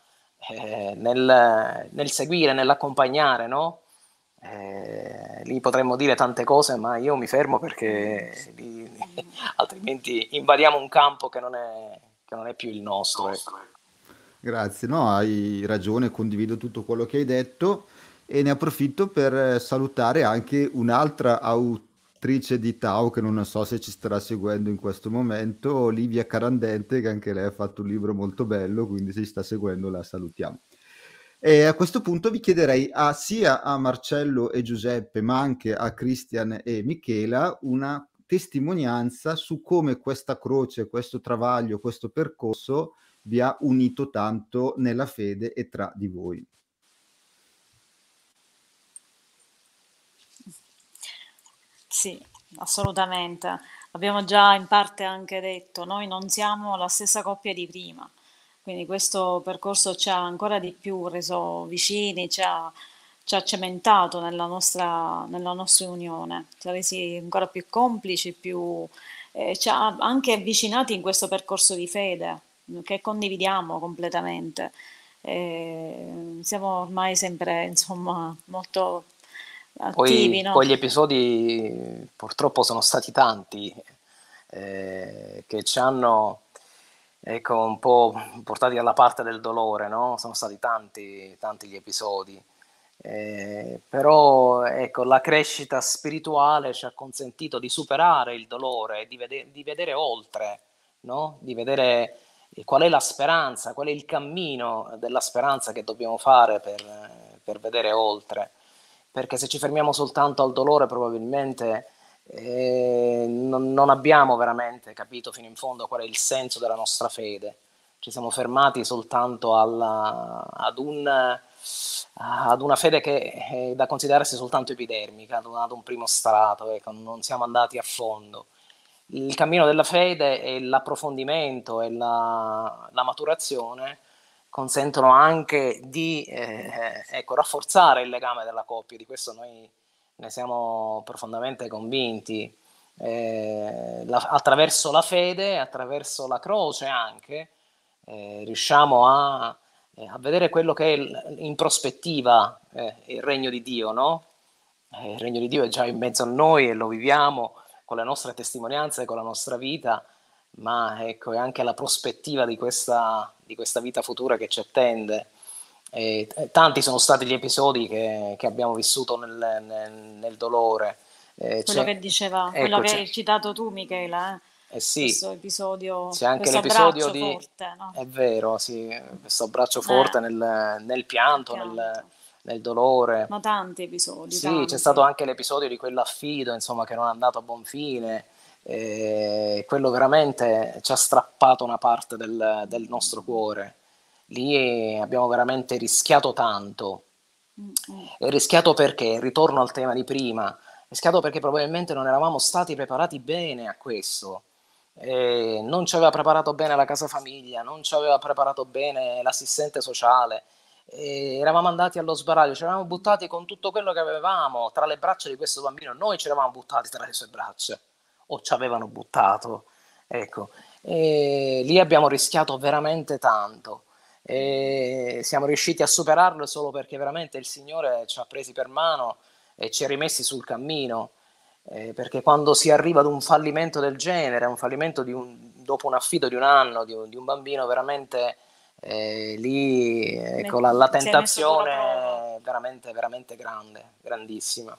E: nel seguire, nell'accompagnare, no? Lì potremmo dire tante cose, ma io mi fermo perché altrimenti invadiamo un campo che non è più il nostro.
B: Grazie, no, hai ragione, condivido tutto quello che hai detto e ne approfitto per salutare anche un'altra autrice di Tao che non so se ci starà seguendo in questo momento, Olivia Carandente, che anche lei ha fatto un libro molto bello, quindi se ci sta seguendo la salutiamo. E a questo punto vi chiederei sia a Marcello e Giuseppe, ma anche a Cristian e Michela, una testimonianza su come questa croce, questo travaglio, questo percorso vi ha unito tanto nella fede e tra di voi.
D: Sì, assolutamente. Abbiamo già in parte anche detto, noi non siamo la stessa coppia di prima, quindi questo percorso ci ha ancora di più reso vicini, ci ha cementato nella nostra unione, ci ha resi ancora più complici, ci ha anche avvicinati in questo percorso di fede che condividiamo completamente. Siamo ormai sempre, insomma, molto attivi, no?
E: Poi gli episodi purtroppo sono stati tanti, che ci hanno, ecco, un po' portati dalla parte del dolore, no? Sono stati tanti, tanti gli episodi. Però ecco, la crescita spirituale ci ha consentito di superare il dolore, di vedere oltre, no? Di vedere qual è la speranza, qual è il cammino della speranza che dobbiamo fare per vedere oltre. Perché se ci fermiamo soltanto al dolore probabilmente non abbiamo veramente capito fino in fondo qual è il senso della nostra fede. Ci siamo fermati soltanto ad una fede che è da considerarsi soltanto epidermica, ad un primo strato, ecco, non siamo andati a fondo. Il cammino della fede e l'approfondimento e la maturazione consentono anche di ecco, rafforzare il legame della coppia, di questo noi ne siamo profondamente convinti. Attraverso la fede, attraverso la croce anche, riusciamo a vedere quello che è in prospettiva il regno di Dio, no? Il regno di Dio è già in mezzo a noi e lo viviamo con le nostre testimonianze, con la nostra vita, ma ecco, è anche la prospettiva di questa vita futura che ci attende. Tanti sono stati gli episodi che abbiamo vissuto nel dolore.
D: Quello che diceva,
E: ecco,
D: quello che hai citato tu, Michela,
E: sì,
D: questo episodio,
E: c'è anche
D: questo
E: l'episodio
D: abbraccio forte, no?
E: È vero, sì, questo abbraccio forte nel pianto, nel dolore.
D: Ma tanti episodi,
E: sì,
D: tanti.
E: C'è stato anche l'episodio di quell'affido, insomma, che non è andato a buon fine. Quello veramente ci ha strappato una parte del nostro cuore. Lì abbiamo veramente rischiato tanto. E rischiato perché, ritorno al tema di prima, rischiato perché probabilmente non eravamo stati preparati bene a questo. Non ci aveva preparato bene la casa famiglia, non ci aveva preparato bene l'assistente sociale. Eravamo andati allo sbaraglio, ci eravamo buttati con tutto quello che avevamo tra le braccia di questo bambino, noi ci eravamo buttati tra le sue braccia, o ci avevano buttato, ecco. Lì abbiamo rischiato veramente tanto. Siamo riusciti a superarlo solo perché veramente il Signore ci ha presi per mano e ci ha rimessi sul cammino. Perché quando si arriva ad un fallimento del genere, un fallimento dopo un affido di un anno di un bambino, veramente lì ecco, la tentazione è veramente, veramente grande, grandissima.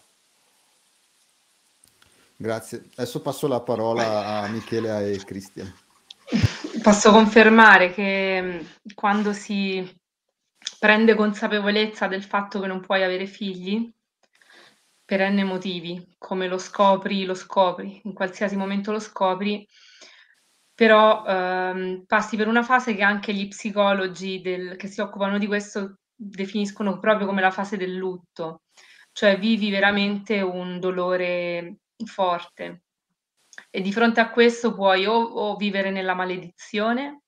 B: Grazie. Adesso passo la parola a Michele e Cristian.
A: Posso confermare che quando si prende consapevolezza del fatto che non puoi avere figli, per n motivi, come lo scopri, in qualsiasi momento lo scopri, però passi per una fase che anche gli psicologi che si occupano di questo definiscono proprio come la fase del lutto, cioè vivi veramente un dolore forte e di fronte a questo puoi o vivere nella maledizione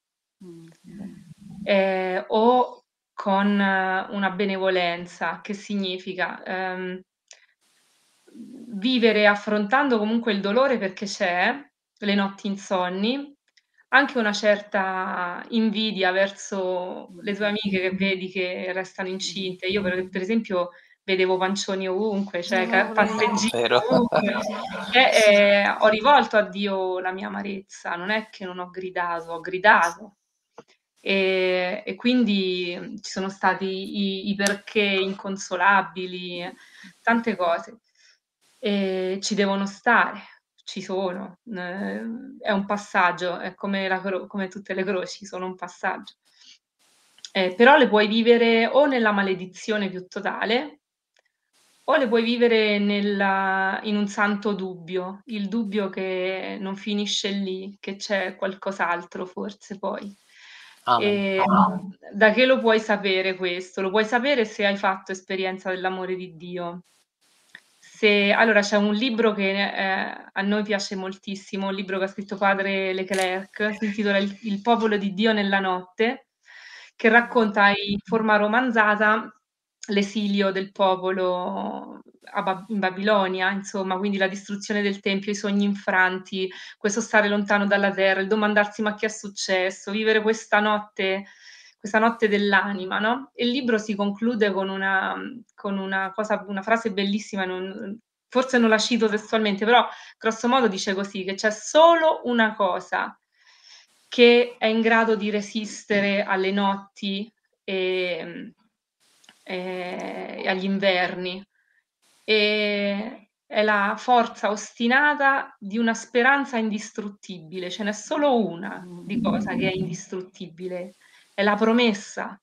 A: o con una benevolenza, che significa vivere affrontando comunque il dolore perché c'è, le notti insonni, anche una certa invidia verso le tue amiche che vedi che restano incinte. Io per esempio vedevo pancioni ovunque, cioè passeggini ovunque. Ho rivolto a Dio la mia amarezza, non è che non ho gridato, ho gridato. E quindi ci sono stati i perché inconsolabili, tante cose. E ci devono stare, ci sono. È un passaggio, è come tutte le croci, sono un passaggio. Però le puoi vivere o nella maledizione più totale, o le puoi vivere in un santo dubbio, il dubbio che non finisce lì, che c'è qualcos'altro forse poi.
E: Amen.
A: E da che lo puoi sapere questo? Lo puoi sapere se hai fatto esperienza dell'amore di Dio. Allora c'è un libro che a noi piace moltissimo, un libro che ha scritto padre Leclerc, si intitola Il popolo di Dio nella notte, che racconta in forma romanzata l'esilio del popolo in Babilonia, insomma, quindi la distruzione del Tempio, i sogni infranti, questo stare lontano dalla terra, il domandarsi ma che è successo, vivere questa notte dell'anima, no? E il libro si conclude con una frase bellissima, forse non la cito testualmente, però grosso modo dice così, che c'è solo una cosa che è in grado di resistere alle notti e agli inverni, e è la forza ostinata di una speranza indistruttibile. Ce n'è solo una di cosa che è indistruttibile, è la promessa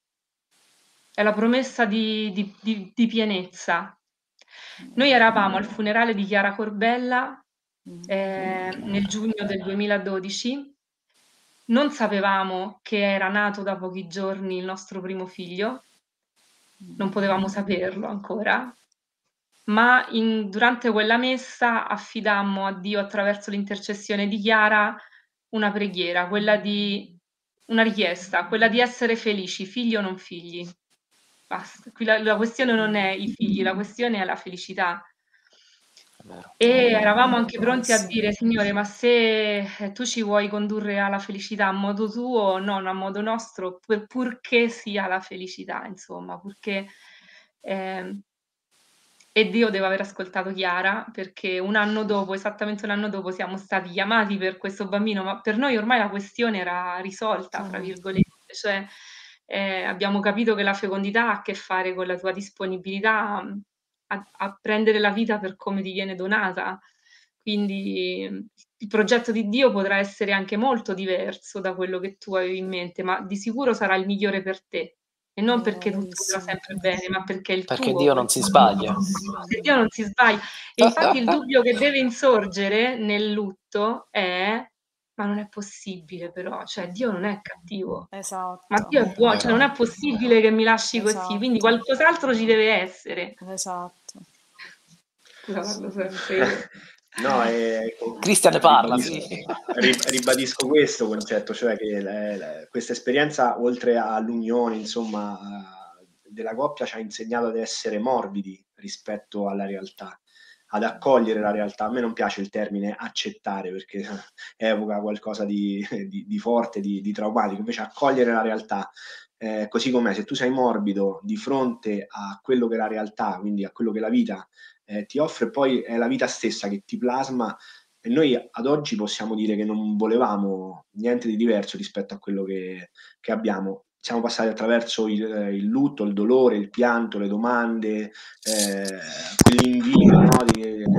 A: di pienezza. Noi eravamo al funerale di Chiara Corbella nel giugno del 2012, non sapevamo che era nato da pochi giorni il nostro primo figlio, non potevamo saperlo ancora, ma durante quella messa affidammo a Dio, attraverso l'intercessione di Chiara, una preghiera, una richiesta, quella di essere felici, figli o non figli. Basta. Qui la questione non è i figli, la questione è la felicità. E eravamo anche pronti a dire, Signore, ma se tu ci vuoi condurre alla felicità a modo tuo, non a modo nostro, purché sia la felicità, insomma, purché... E Dio deve aver ascoltato Chiara, perché esattamente un anno dopo, siamo stati chiamati per questo bambino, ma per noi ormai la questione era risolta, fra virgolette, cioè abbiamo capito che la fecondità ha a che fare con la tua disponibilità a prendere la vita per come ti viene donata. Quindi il progetto di Dio potrà essere anche molto diverso da quello che tu avevi in mente, ma di sicuro sarà il migliore per te. E non perché tutto andrà sempre bene, ma perché il
E: Perché
A: tuo...
E: Dio non si sbaglia.
A: Perché Dio non si sbaglia. E infatti il dubbio che deve insorgere nel lutto è: ma non è possibile però, cioè Dio non è cattivo.
D: Esatto.
A: Ma Dio è buono, cioè non è possibile che mi lasci così, quindi qualcos'altro ci deve essere.
D: Esatto.
A: Scusa, parlo sempre io.
F: No,
E: Cristian ne parla, sì.
F: Ribadisco questo concetto, cioè che questa esperienza, oltre all'unione, insomma, della coppia, ci ha insegnato ad essere morbidi rispetto alla realtà, ad accogliere la realtà. A me non piace il termine accettare, perché evoca qualcosa di forte, di traumatico. Invece accogliere la realtà così com'è. Se tu sei morbido di fronte a quello che è la realtà, quindi a quello che la vita ti offre, poi è la vita stessa che ti plasma, e noi ad oggi possiamo dire che non volevamo niente di diverso rispetto a quello che abbiamo. Siamo passati attraverso il lutto, il dolore, il pianto, le domande, quell'invito, no,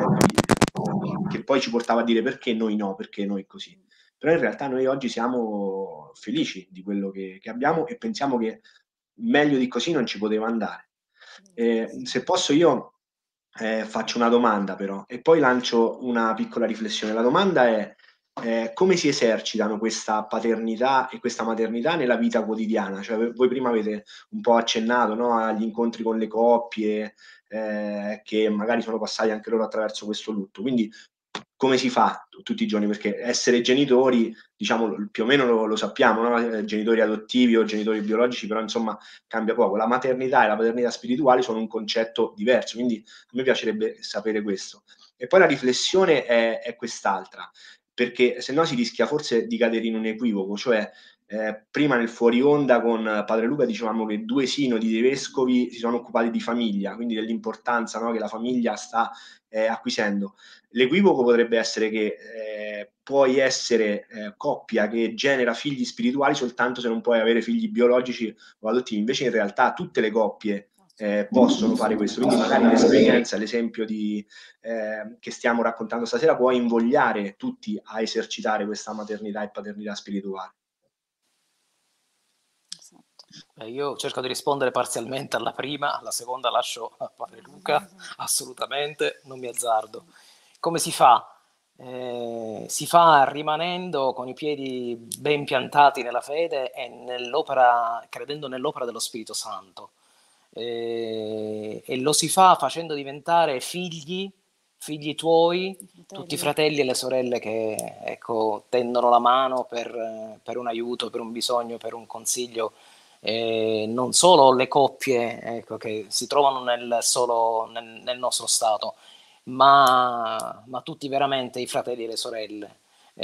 F: che poi ci portava a dire perché noi no, perché noi così. Però in realtà noi oggi siamo felici di quello che abbiamo, e pensiamo che meglio di così non ci poteva andare. Se posso io faccio una domanda però, e poi lancio una piccola riflessione. La domanda è come si esercitano questa paternità e questa maternità nella vita quotidiana? Cioè, voi prima avete un po' accennato, no, agli incontri con le coppie che magari sono passati anche loro attraverso questo lutto, quindi come si fa tutti i giorni? Perché essere genitori, diciamo, più o meno lo sappiamo, no? Genitori adottivi o genitori biologici, però insomma cambia poco. La maternità e la paternità spirituale sono un concetto diverso, quindi a me piacerebbe sapere questo. E poi la riflessione è quest'altra, perché se no si rischia forse di cadere in un equivoco, cioè prima nel fuori onda con Padre Luca dicevamo che 2 sinodi dei vescovi si sono occupati di famiglia, quindi dell'importanza, no, che la famiglia sta acquisendo. L'equivoco potrebbe essere che puoi essere coppia che genera figli spirituali soltanto se non puoi avere figli biologici o adottivi. Invece in realtà tutte le coppie possono fare questo, quindi magari l'esperienza, l'esempio che stiamo raccontando stasera può invogliare tutti a esercitare questa maternità e paternità spirituale.
E: Io cerco di rispondere parzialmente alla prima, alla seconda lascio a Padre Luca, assolutamente, non mi azzardo. Come si fa? si fa rimanendo con i piedi ben piantati nella fede e credendo nell'opera dello Spirito Santo. E lo si fa facendo diventare figli tuoi, tutti i fratelli e le sorelle che, ecco, tendono la mano per un aiuto, per un bisogno, per un consiglio. Non solo le coppie, ecco, che si trovano nel nostro stato, ma tutti veramente i fratelli e le sorelle.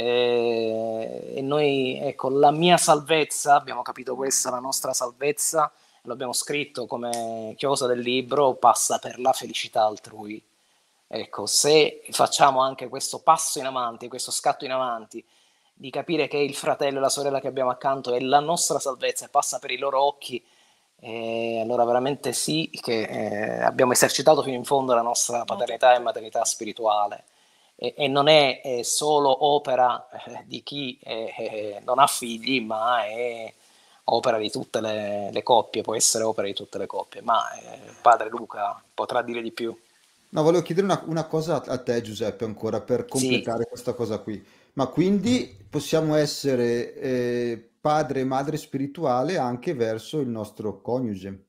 E: E noi, ecco, la mia salvezza, abbiamo capito questa, la nostra salvezza, l'abbiamo scritto come chiosa del libro, passa per la felicità altrui. Ecco, se facciamo anche questo passo in avanti, questo scatto in avanti, di capire che il fratello e la sorella che abbiamo accanto è la nostra salvezza e passa per i loro occhi, allora veramente sì che abbiamo esercitato fino in fondo la nostra paternità e maternità spirituale. E non è solo opera di chi non ha figli, ma è opera di tutte le coppie, può essere opera di tutte le coppie, ma padre Luca potrà dire di più.
B: No, volevo chiedere una cosa a te, Giuseppe, ancora per completare questa cosa qui. Ma quindi possiamo essere padre e madre spirituale anche verso il nostro coniuge?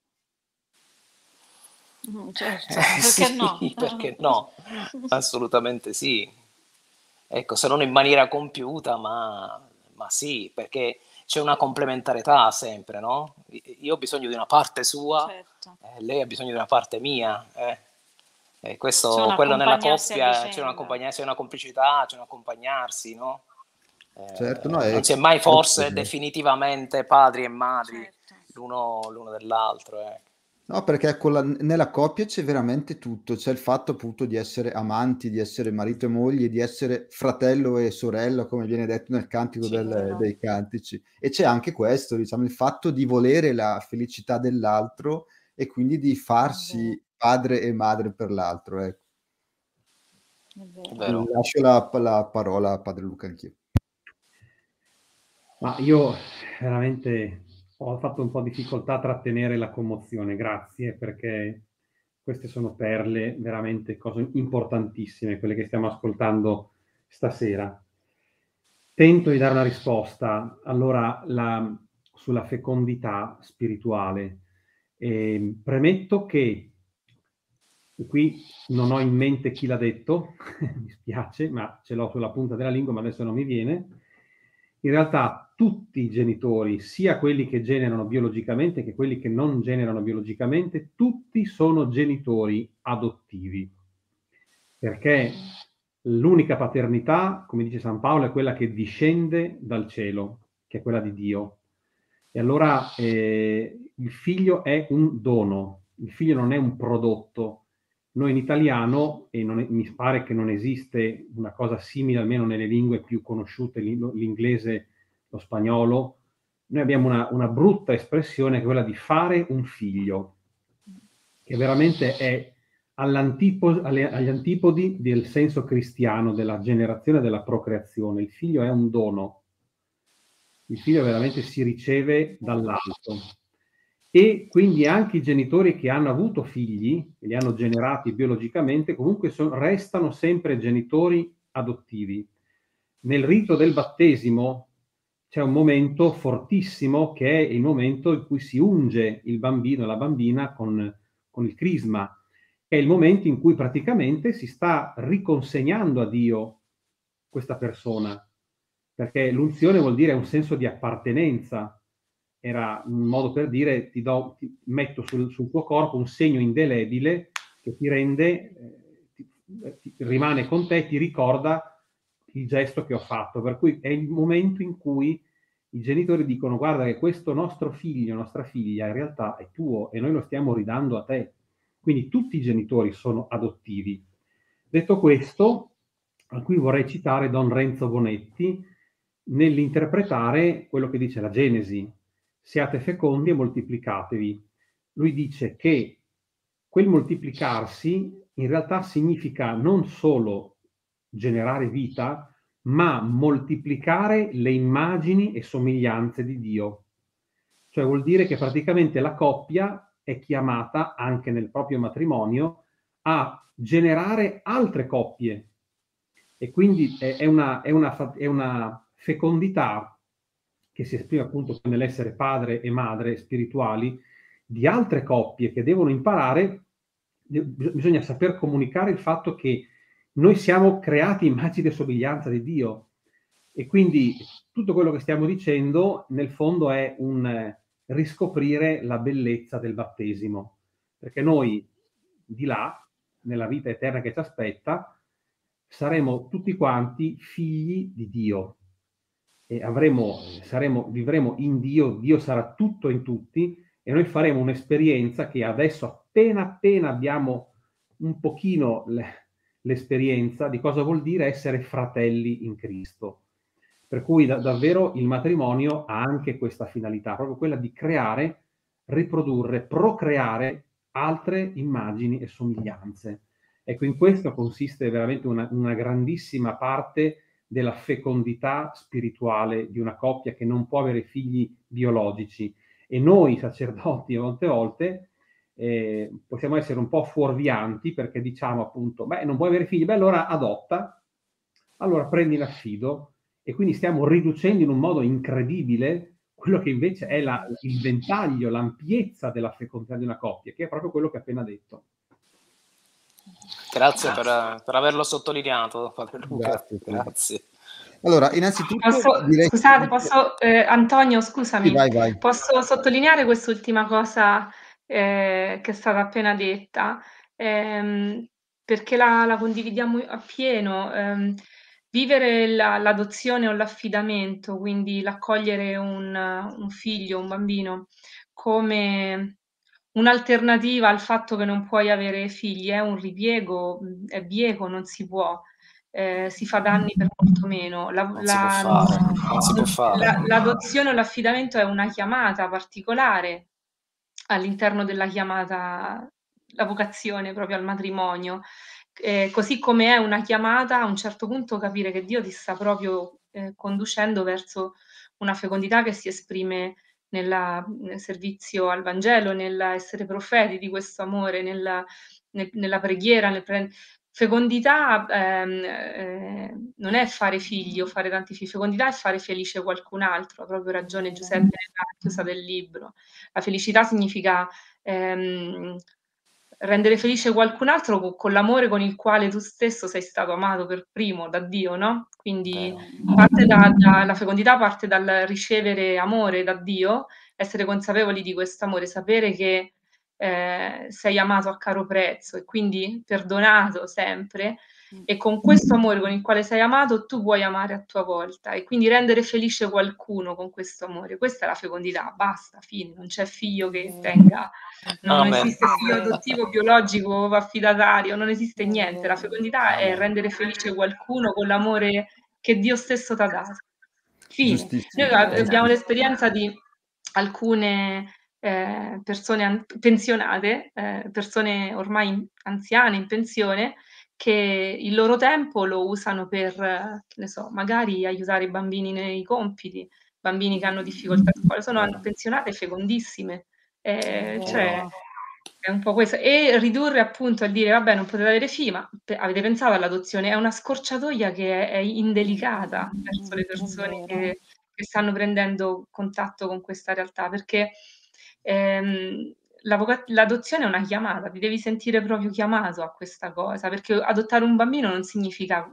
D: Certo, perché no?
E: Sì, perché no? Assolutamente sì. Ecco, se non in maniera compiuta, ma sì, perché c'è una complementarietà sempre, no? Io ho bisogno di una parte sua,
D: Certo.
E: lei ha bisogno di una parte mia.
D: C'è
E: Quello nella
D: accompagnarsi a
E: coppia, c'è
D: vicenda.
E: c'è una complicità, c'è un accompagnarsi, no?
B: Certo, no,
E: Non si è mai forse definitivamente padri e madri l'uno dell'altro.
B: No, perché nella coppia c'è veramente tutto, c'è il fatto appunto di essere amanti, di essere marito e moglie, di essere fratello e sorella, come viene detto nel cantico dei cantici. E c'è anche questo, diciamo, il fatto di volere la felicità dell'altro e quindi di farsi padre e madre per l'altro. Ecco.
D: È vero.
B: Lascio la parola a padre Luca anch'io.
C: Ma io veramente ho fatto un po' difficoltà a trattenere la commozione, grazie, perché queste sono perle, veramente cose importantissime, quelle che stiamo ascoltando stasera. Tento di dare una risposta, allora, sulla fecondità spirituale. Premetto che, qui non ho in mente chi l'ha detto, mi spiace, ma ce l'ho sulla punta della lingua, ma adesso non mi viene. In realtà tutti i genitori, sia quelli che generano biologicamente che quelli che non generano biologicamente, tutti sono genitori adottivi. Perché l'unica paternità, come dice San Paolo, è quella che discende dal cielo, che è quella di Dio. E allora il figlio è un dono, il figlio non è un prodotto. Noi in italiano, e mi pare che non esiste una cosa simile, almeno nelle lingue più conosciute, l'inglese, lo spagnolo, noi abbiamo una brutta espressione che è quella di fare un figlio, che veramente è agli antipodi del senso cristiano, della generazione e della procreazione. Il figlio è un dono. Il figlio veramente si riceve dall'alto. E quindi anche i genitori che hanno avuto figli, che li hanno generati biologicamente, comunque restano sempre genitori adottivi. Nel rito del battesimo c'è un momento fortissimo che è il momento in cui si unge il bambino e la bambina con il crisma. È il momento in cui praticamente si sta riconsegnando a Dio questa persona, perché l'unzione vuol dire un senso di appartenenza. Era un modo per dire ti metto sul tuo corpo un segno indelebile che ti rende, rimane con te, ti ricorda il gesto che ho fatto. Per cui è il momento in cui i genitori dicono: guarda che questo nostro figlio, nostra figlia in realtà è tuo e noi lo stiamo ridando a te. Quindi tutti i genitori sono adottivi. Detto questo, a cui vorrei citare Don Renzo Bonetti nell'interpretare quello che dice la Genesi: siate fecondi e moltiplicatevi. Lui dice che quel moltiplicarsi in realtà significa non solo generare vita, ma moltiplicare le immagini e somiglianze di Dio. Cioè vuol dire che praticamente la coppia è chiamata, anche nel proprio matrimonio, a generare altre coppie. E quindi è una fecondità che si esprime appunto nell'essere padre e madre spirituali di altre coppie che devono imparare, bisogna saper comunicare il fatto che noi siamo creati immagine e somiglianza di Dio, e quindi tutto quello che stiamo dicendo nel fondo è un riscoprire la bellezza del battesimo, perché noi di là, nella vita eterna che ci aspetta, saremo tutti quanti figli di Dio e vivremo in Dio, Dio sarà tutto in tutti, e noi faremo un'esperienza che adesso appena abbiamo un pochino l'esperienza di cosa vuol dire essere fratelli in Cristo. Per cui davvero il matrimonio ha anche questa finalità, proprio quella di creare, riprodurre, procreare altre immagini e somiglianze. Ecco, in questo consiste veramente una grandissima parte della fecondità spirituale di una coppia che non può avere figli biologici. E noi sacerdoti molte volte possiamo essere un po' fuorvianti, perché diciamo appunto, beh, non puoi avere figli, beh, allora adotta, allora prendi l'affido, e quindi stiamo riducendo in un modo incredibile quello che invece è il ventaglio, l'ampiezza della fecondità di una coppia, che è proprio quello che ho appena detto.
E: Grazie per averlo sottolineato, Padre Luca.
B: Grazie. Allora, innanzitutto
A: scusate, Antonio, scusami,
B: sì, vai.
A: Posso sottolineare quest'ultima cosa che è stata appena detta, perché la condividiamo appieno. Vivere l'adozione o l'affidamento, quindi l'accogliere un figlio, un bambino, come un'alternativa al fatto che non puoi avere figli, è un ripiego, è bieco, non si può. Si fa danni per molto meno.
E: Non si può fare.
A: L'adozione o l'affidamento è una chiamata particolare all'interno della chiamata, la vocazione proprio al matrimonio, così come è una chiamata a un certo punto capire che Dio ti sta proprio conducendo verso una fecondità che si esprime nel servizio al Vangelo, nell'essere profeti di questo amore, nella preghiera, fecondità non è fare figli o fare tanti figli, fecondità è fare felice qualcun altro, ha proprio ragione Giuseppe nella chiusa del libro. La felicità significa rendere felice qualcun altro con l'amore con il quale tu stesso sei stato amato per primo da Dio, no? Quindi la fecondità parte dal ricevere amore da Dio, essere consapevoli di questo amore, sapere che sei amato a caro prezzo e quindi perdonato sempre, e con questo amore con il quale sei amato tu puoi amare a tua volta e quindi rendere felice qualcuno con questo amore. Questa è la fecondità, basta, fine, non c'è figlio che tenga, non esiste figlio adottivo, biologico o affidatario, non esiste niente. La fecondità è rendere felice qualcuno con l'amore che Dio stesso ti ha dato. Fine. Noi abbiamo l'esperienza di alcune persone pensionate, persone ormai anziane in pensione, che il loro tempo lo usano per, che ne so, magari aiutare i bambini nei compiti, bambini che hanno difficoltà a scuola, sono pensionate fecondissime. Cioè, è un po' questo. E ridurre appunto al dire, vabbè, non potete avere figli, ma avete pensato all'adozione? È una scorciatoia che è indelicata verso le persone che stanno prendendo contatto con questa realtà, perché l'adozione è una chiamata, ti devi sentire proprio chiamato a questa cosa, perché adottare un bambino non significa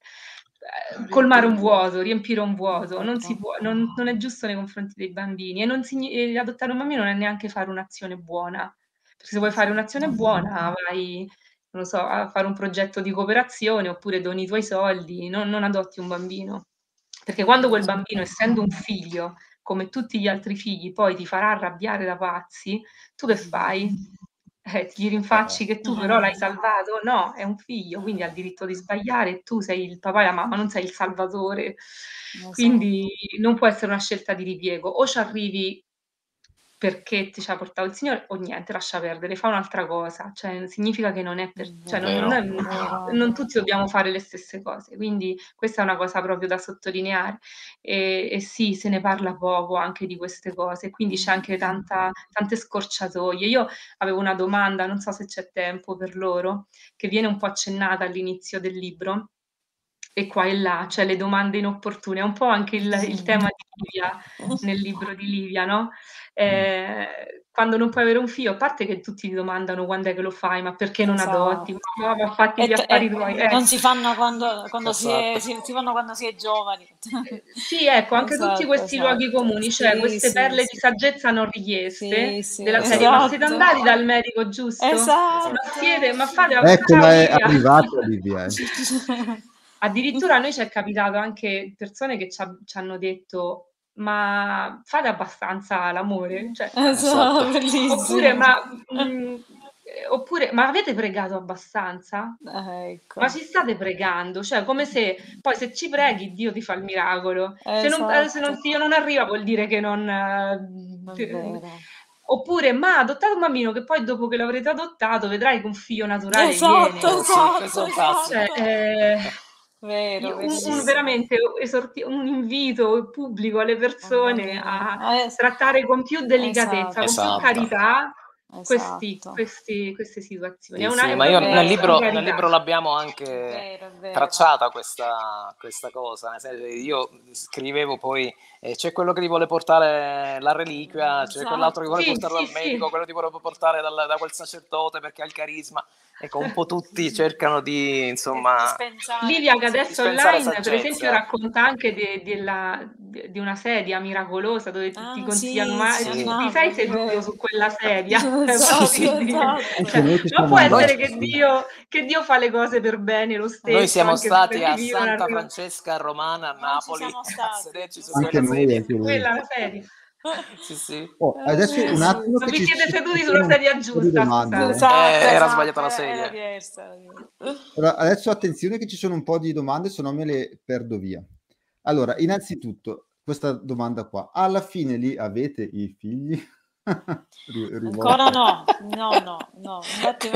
A: colmare un vuoto, riempire un vuoto, non si può, non è giusto nei confronti dei bambini, e adottare un bambino non è neanche fare un'azione buona, perché se vuoi fare un'azione buona vai, non lo so, a fare un progetto di cooperazione oppure doni i tuoi soldi, non adotti un bambino, perché quando quel bambino, essendo un figlio, come tutti gli altri figli, poi ti farà arrabbiare da pazzi, tu che fai? Gli rinfacci che tu però l'hai salvato? No, è un figlio, quindi ha il diritto di sbagliare, tu sei il papà e la mamma, non sei il salvatore. Quindi non può essere una scelta di ripiego, o ci arrivi perché ti ci ha portato il Signore o niente, lascia perdere, fa un'altra cosa, cioè significa che non è per, cioè non tutti dobbiamo fare le stesse cose, quindi questa è una cosa proprio da sottolineare, e sì, se ne parla poco anche di queste cose, quindi c'è anche tante scorciatoie. Io avevo una domanda, non so se c'è tempo per loro, che viene un po' accennata all'inizio del libro, e qua e là, cioè le domande inopportune. È un po' anche il tema di Livia, nel libro di Livia, no? Quando non puoi avere un figlio, a parte che tutti ti domandano quando è che lo fai, ma perché non adotti?
D: Esatto.
A: Ma fatti gli affari tuoi.
D: Non si fanno quando si
E: Esatto.
D: fanno quando si è giovani.
A: Sì, ecco, anche tutti
D: Esatto,
A: questi luoghi
D: esatto.
A: comuni, cioè
D: Sì,
A: queste
D: sì,
A: perle
D: sì.
A: di saggezza non richieste
D: Sì, sì,
A: della serie, ma siete
D: esatto.
A: andati dal medico, giusto?
D: Esatto.
A: Ma siete, ma fate
B: Ecco,
A: ciao
B: ma è
A: Livia.
B: arrivata Livia.
A: Addirittura a noi ci è capitato anche persone che ci hanno detto ma fate abbastanza l'amore? Cioè,
D: Esatto,
A: oppure,
D: bellissimo.
A: oppure, ma avete pregato abbastanza?
D: Ecco.
A: Ma ci state pregando? Cioè, come se poi se ci preghi Dio ti fa il miracolo. Se
D: Esatto.
A: Dio non arriva vuol dire che non...
D: È vero.
A: Oppure, ma adottate un bambino che poi dopo che l'avrete adottato vedrai che un figlio naturale viene.
D: Esatto,
E: Sì, questo è
D: esatto,
A: Cioè,
D: esatto. Vero, bellissimo.
A: veramente un invito pubblico alle persone a trattare con più delicatezza, con più
E: Esatto.
A: carità
D: Esatto.
A: queste situazioni.
E: Sì,
A: È
E: ma io
A: proprio
E: nel
A: una
E: libro
A: carità.
E: l'abbiamo
D: È
E: anche
D: vero.
E: tracciata questa cosa. Nel senso, io scrivevo poi c'è quello che ti vuole portare la reliquia, c'è quell'altro che vuole
A: Sì,
E: portarlo
A: sì,
E: dal medico,
A: sì.
E: quello ti vuole portare da quel sacerdote perché ha il carisma. Ecco, un po' tutti cercano di, insomma,
A: Livia che adesso
E: dispensare
A: online per esempio
E: saggezza.
A: racconta anche di una sedia miracolosa dove ti consigliano, ma
D: sì,
E: Sì.
A: ti sei seduto su quella sedia? È
D: Esatto,
A: possibile?
D: esatto.
A: Cioè,
B: Noi ci
A: non
B: siamo
A: può essere
B: andati.
A: che Dio fa le cose per bene lo
E: Noi
A: stesso,
E: siamo
A: anche se
E: stati
A: per
E: a
A: chi non
E: Santa
A: arriva.
E: Francesca Romana a
D: Noi ci
E: Napoli
D: siamo
E: a
D: stati.
E: sederci su
B: Anche
E: quella
B: noi,
E: sedia.
B: anche noi.
A: Quella la sedia.
E: Sì.
B: Adesso un attimo
A: Non
B: che
A: vi
B: ci
A: siete seduti
B: sono
A: sulla
B: un
A: sedia
B: po' di
A: giusta,
B: domande.
A: scusate.
D: Esatto,
E: Era sbagliata la
D: era
E: sedia.
D: diversa.
B: Allora, adesso attenzione che ci sono un po' di domande, se no me le perdo via. Allora, innanzitutto, questa domanda qua. Alla fine lì avete i figli?
D: Ancora no. Infatti,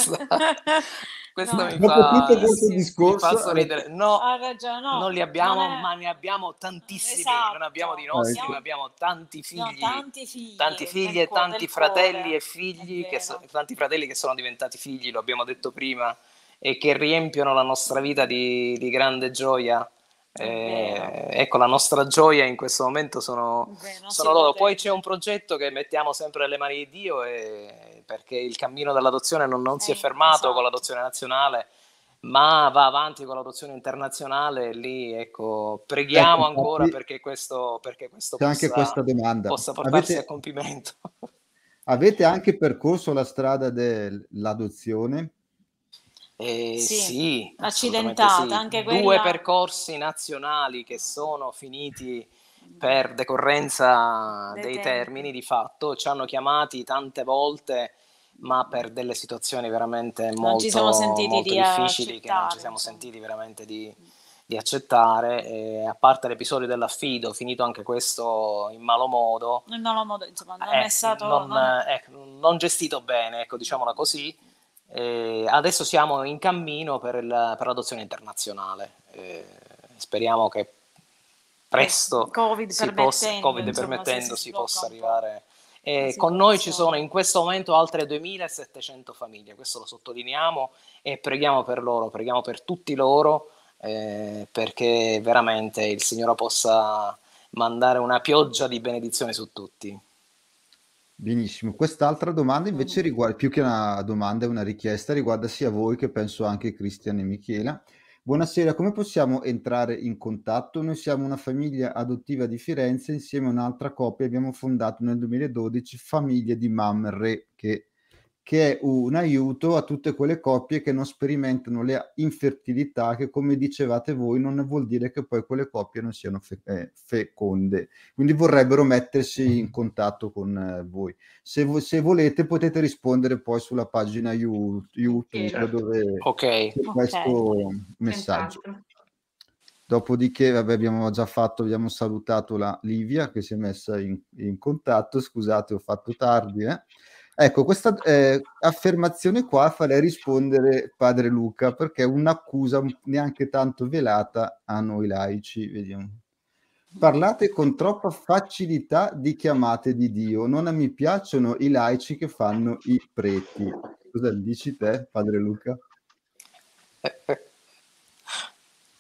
E: Questo
D: no,
E: mi
B: Dopo tutto
E: fa,
B: questo
D: bellissimo.
E: mi
B: discorso,
E: fa sorridere. No,
D: Ha ragione, no,
E: non li
D: non
E: abbiamo,
D: è...
E: ma ne abbiamo tantissimi. Non abbiamo di
D: Esatto.
E: nostri,
B: ecco.
E: ma abbiamo tanti
D: No,
E: figli.
D: tanti figli
E: Tanti figli e tanti
D: del
E: fratelli
D: cuore,
E: e
D: è
E: figli,
D: vero.
E: tanti fratelli che sono diventati figli, lo abbiamo detto prima, e che riempiono la nostra vita di grande gioia.
D: Vero.
E: Ecco, la nostra gioia in questo momento sono
D: Non
E: sono
D: si può
E: loro. Poi c'è un
D: perdere.
E: progetto che mettiamo sempre nelle mani di Dio, perché il cammino dell'adozione non si è fermato
D: Esatto.
E: con l'adozione nazionale, ma va avanti con l'adozione internazionale. E lì, ecco, preghiamo
B: Ecco,
E: ancora
B: infatti,
E: perché questo
B: c'è anche questa domanda.
E: possa portarsi a
B: Avete,
E: compimento.
B: avete anche percorso la strada dell'adozione?
E: Sì, assolutamente
D: accidentata,
E: sì.
D: anche
E: 2
D: quella.
E: percorsi nazionali che sono finiti per decorrenza
D: Dei
E: dei
D: tempi.
E: termini di fatto, ci hanno chiamati tante volte, ma per delle situazioni veramente
D: Non ci siamo sentiti
E: molto
D: di
E: difficili che non ci
D: accettare,
E: siamo
D: insomma.
E: sentiti veramente di accettare. E a parte l'episodio dell'affido, finito anche questo in malo modo,
D: In malo modo, insomma, non è stato...
E: non gestito bene, ecco, diciamola così. Adesso siamo in cammino per l'adozione internazionale. Speriamo che presto
D: Covid permettendo, insomma,
E: si possa
D: un po'.
E: arrivare.
D: La
E: Con noi ci
D: situazione.
E: sono in questo momento altre 2700 famiglie, questo lo sottolineiamo, e preghiamo per loro, preghiamo per tutti loro, perché veramente il Signore possa mandare una pioggia di benedizione su tutti.
B: Benissimo. Quest'altra domanda invece riguarda, più che una domanda, è una richiesta, riguarda sia voi che penso anche Cristian e Michela. Buonasera, come possiamo entrare in contatto? Noi siamo una famiglia adottiva di Firenze, insieme a un'altra coppia abbiamo fondato nel 2012 Famiglie di Mamre, che è un aiuto a tutte quelle coppie che non sperimentano le infertilità, che come dicevate voi non vuol dire che poi quelle coppie non siano feconde, quindi vorrebbero mettersi in contatto con voi. Se volete potete rispondere poi sulla pagina YouTube dove c'è questo messaggio.
A: Senz'altro.
B: Dopodiché, vabbè, abbiamo salutato la Livia che si è messa in contatto. Scusate, ho fatto tardi. Ecco, questa affermazione qua farei rispondere padre Luca, perché è un'accusa neanche tanto velata a noi laici. Vediamo. Parlate con troppa facilità di chiamate di Dio. Non mi piacciono i laici che fanno i preti. Cosa dici te, padre Luca?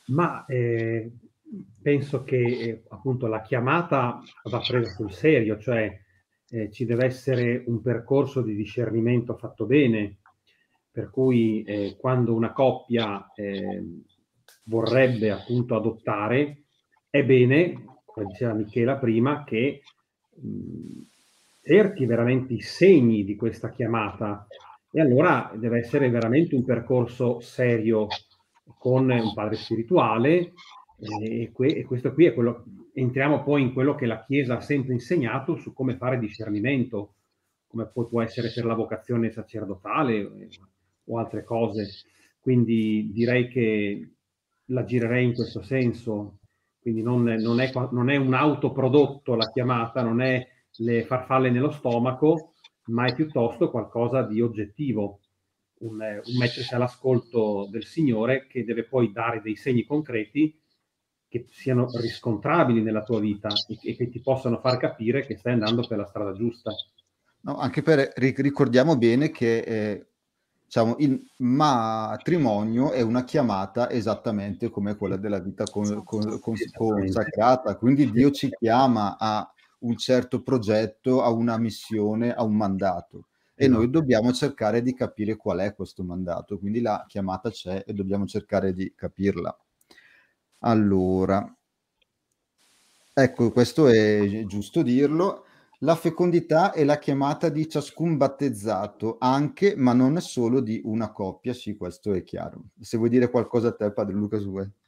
C: Ma penso che appunto la chiamata va presa sul serio, cioè ci deve essere un percorso di discernimento fatto bene, per cui quando una coppia vorrebbe appunto adottare, è bene, come diceva Michela prima, che cerchi veramente i segni di questa chiamata, e allora deve essere veramente un percorso serio con un padre spirituale, e questo qui è quello. Entriamo poi in quello che la Chiesa ha sempre insegnato su come fare discernimento, come può essere per la vocazione sacerdotale o altre cose. Quindi direi che la girerei in questo senso. Quindi non è un autoprodotto la chiamata, non è le farfalle nello stomaco, ma è piuttosto qualcosa di oggettivo, un mettersi all'ascolto del Signore, che deve poi dare dei segni concreti che siano riscontrabili nella tua vita e che ti possano far capire che stai andando per la strada giusta.
B: No, anche per ricordiamo bene che diciamo, il matrimonio è una chiamata esattamente come quella della vita consacrata, quindi Dio ci chiama a un certo progetto, a una missione, a un mandato, e noi dobbiamo cercare di capire qual è questo mandato, quindi la chiamata c'è e dobbiamo cercare di capirla. Allora, ecco, questo è giusto dirlo. La fecondità è la chiamata di ciascun battezzato, anche, ma non è solo di una coppia, sì, questo è chiaro. Se vuoi dire qualcosa a te, Padre Luca, su questo.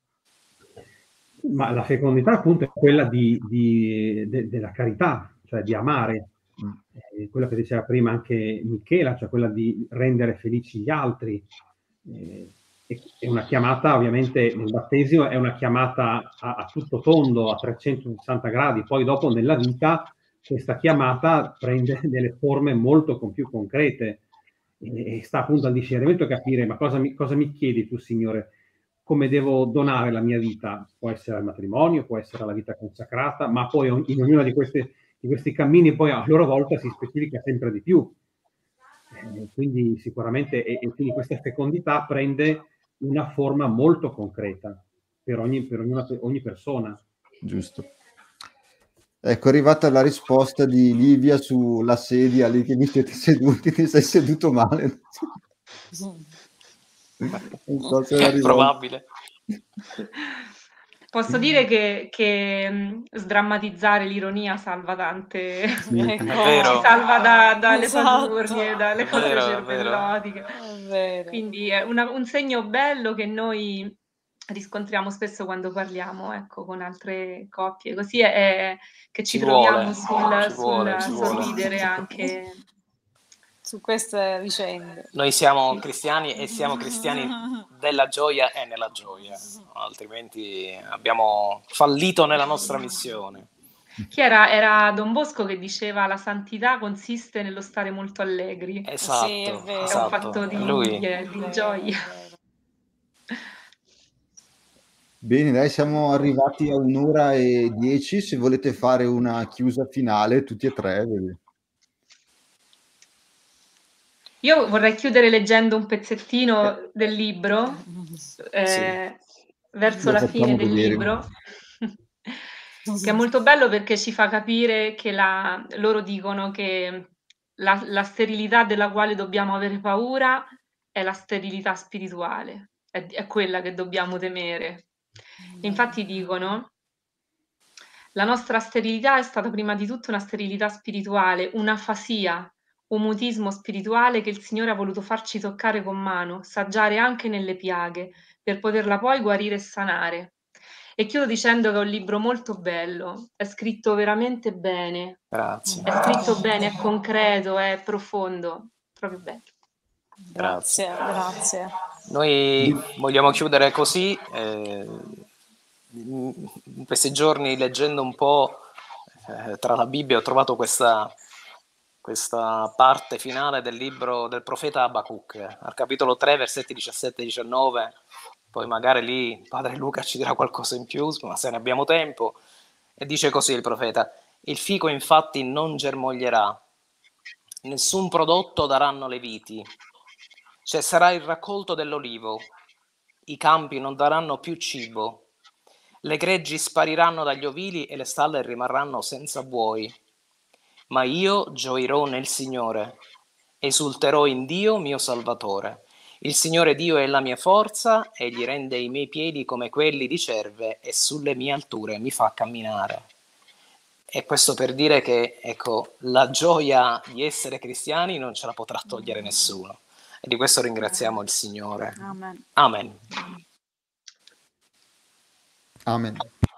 C: Ma la fecondità appunto è quella della carità, cioè di amare, quello che diceva prima anche Michela, cioè quella di rendere felici gli altri. È una chiamata, ovviamente nel battesimo è una chiamata a tutto tondo, a 360 gradi, poi dopo nella vita questa chiamata prende delle forme molto più concrete, e sta appunto al discernimento capire: ma cosa mi chiedi tu, Signore? Come devo donare la mia vita? Può essere al matrimonio, può essere alla vita consacrata, ma poi in ognuno di questi cammini poi a loro volta si specifica sempre di più. Quindi sicuramente, quindi questa fecondità prende una forma molto concreta per ogni persona.
B: Giusto. Ecco, è arrivata la risposta di Livia sulla sedia lì che vi siete seduti, ti sei seduto male. Non so se
E: è probabile.
A: Posso dire che sdrammatizzare l'ironia salva tante,
B: Sì.
A: ci salva dalle paturnie, dalle cose
E: vero,
A: cervellotiche. Quindi è un segno bello che noi riscontriamo spesso quando parliamo, ecco, con altre coppie, così è che ci troviamo sul sorridere anche
D: su queste vicende.
E: Noi siamo cristiani e siamo cristiani della gioia e nella gioia, altrimenti abbiamo fallito nella nostra missione.
A: Chi era Don Bosco che diceva: la santità consiste nello stare molto allegri.
E: Esatto,
D: sì, è vero,
A: è un fatto di gioia.
B: Bene, dai, siamo arrivati a 1:10. Se volete fare una chiusa finale, tutti e tre.
A: Io vorrei chiudere leggendo un pezzettino del libro, verso la fine del libro, che è molto bello perché ci fa capire che loro dicono che la sterilità della quale dobbiamo avere paura è la sterilità spirituale, è quella che dobbiamo temere. Infatti dicono: la nostra sterilità è stata prima di tutto una sterilità spirituale, un'afasia, un mutismo spirituale che il Signore ha voluto farci toccare con mano, saggiare anche nelle piaghe, per poterla poi guarire e sanare. E chiudo dicendo che è un libro molto bello, è scritto veramente bene.
E: Grazie.
A: È scritto bene, è concreto, è profondo, proprio bello.
D: Grazie.
E: Noi vogliamo chiudere così. In questi giorni, leggendo un po' tra la Bibbia, ho trovato questa parte finale del libro del profeta Abacuc, al capitolo 3, versetti 17 e 19. Poi magari lì Padre Luca ci dirà qualcosa in più, ma se ne abbiamo tempo. E dice così il profeta: il fico infatti non germoglierà, nessun prodotto daranno le viti, cioè sarà il raccolto dell'olivo, i campi non daranno più cibo, le greggi spariranno dagli ovili e le stalle rimarranno senza buoi. Ma io gioirò nel Signore, esulterò in Dio mio Salvatore. Il Signore Dio è la mia forza, egli rende i miei piedi come quelli di cerve e sulle mie alture mi fa camminare. E questo per dire che, ecco, la gioia di essere cristiani non ce la potrà togliere nessuno. E di questo ringraziamo il Signore.
D: Amen.
E: Amen.
B: Amen.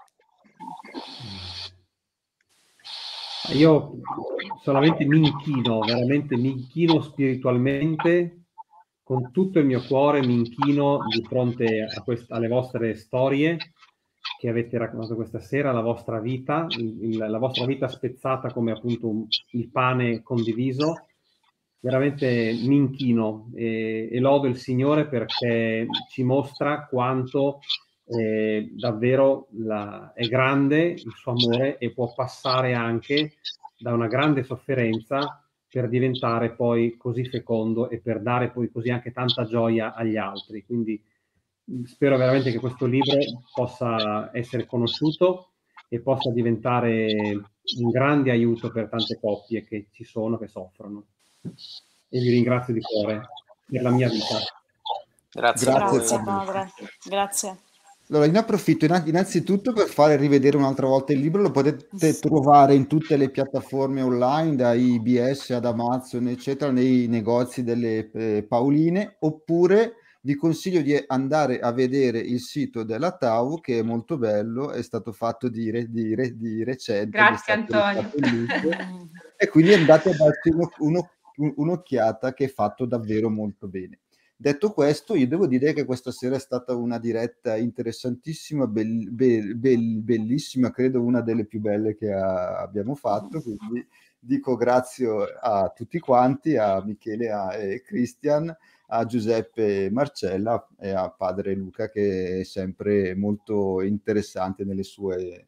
C: Io solamente veramente mi inchino spiritualmente, con tutto il mio cuore mi inchino di fronte alle vostre storie che avete raccontato questa sera, la vostra vita, la vostra vita spezzata come appunto il pane condiviso. Veramente mi inchino e lodo il Signore perché ci mostra quanto davvero è grande il suo amore e può passare anche da una grande sofferenza per diventare poi così fecondo e per dare poi così anche tanta gioia agli altri. Quindi spero veramente che questo libro possa essere conosciuto e possa diventare un grande aiuto per tante coppie che ci sono, che soffrono. E vi ringrazio di cuore per la mia vita.
E: Grazie a voi.
D: Grazie padre, grazie.
B: Allora, ne approfitto innanzitutto per fare rivedere un'altra volta il libro. Lo potete trovare in tutte le piattaforme online, da IBS ad Amazon, eccetera, nei negozi delle Paoline, oppure vi consiglio di andare a vedere il sito della TAU, che è molto bello, è stato fatto di recente.
A: Grazie Antonio.
B: E quindi andate a darci un'occhiata, che è fatto davvero molto bene. Detto questo, io devo dire che questa sera è stata una diretta interessantissima, bellissima, credo una delle più belle che abbiamo fatto, quindi dico grazie a tutti quanti, a Michele e Christian, a Giuseppe e Marcella e a padre Luca, che è sempre molto interessante nelle sue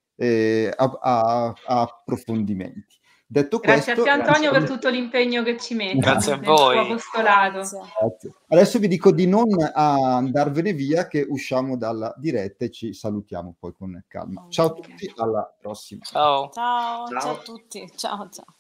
B: approfondimenti. Detto
A: grazie
B: questo,
A: a te Antonio per tutto l'impegno che ci metti
E: grazie a
A: nel
E: voi.
A: tuo apostolato.
B: Grazie. Adesso vi dico di non andarvene via, che usciamo dalla diretta e ci salutiamo poi con calma. Ciao a tutti, alla prossima.
E: Ciao.
D: Ciao a tutti. Ciao.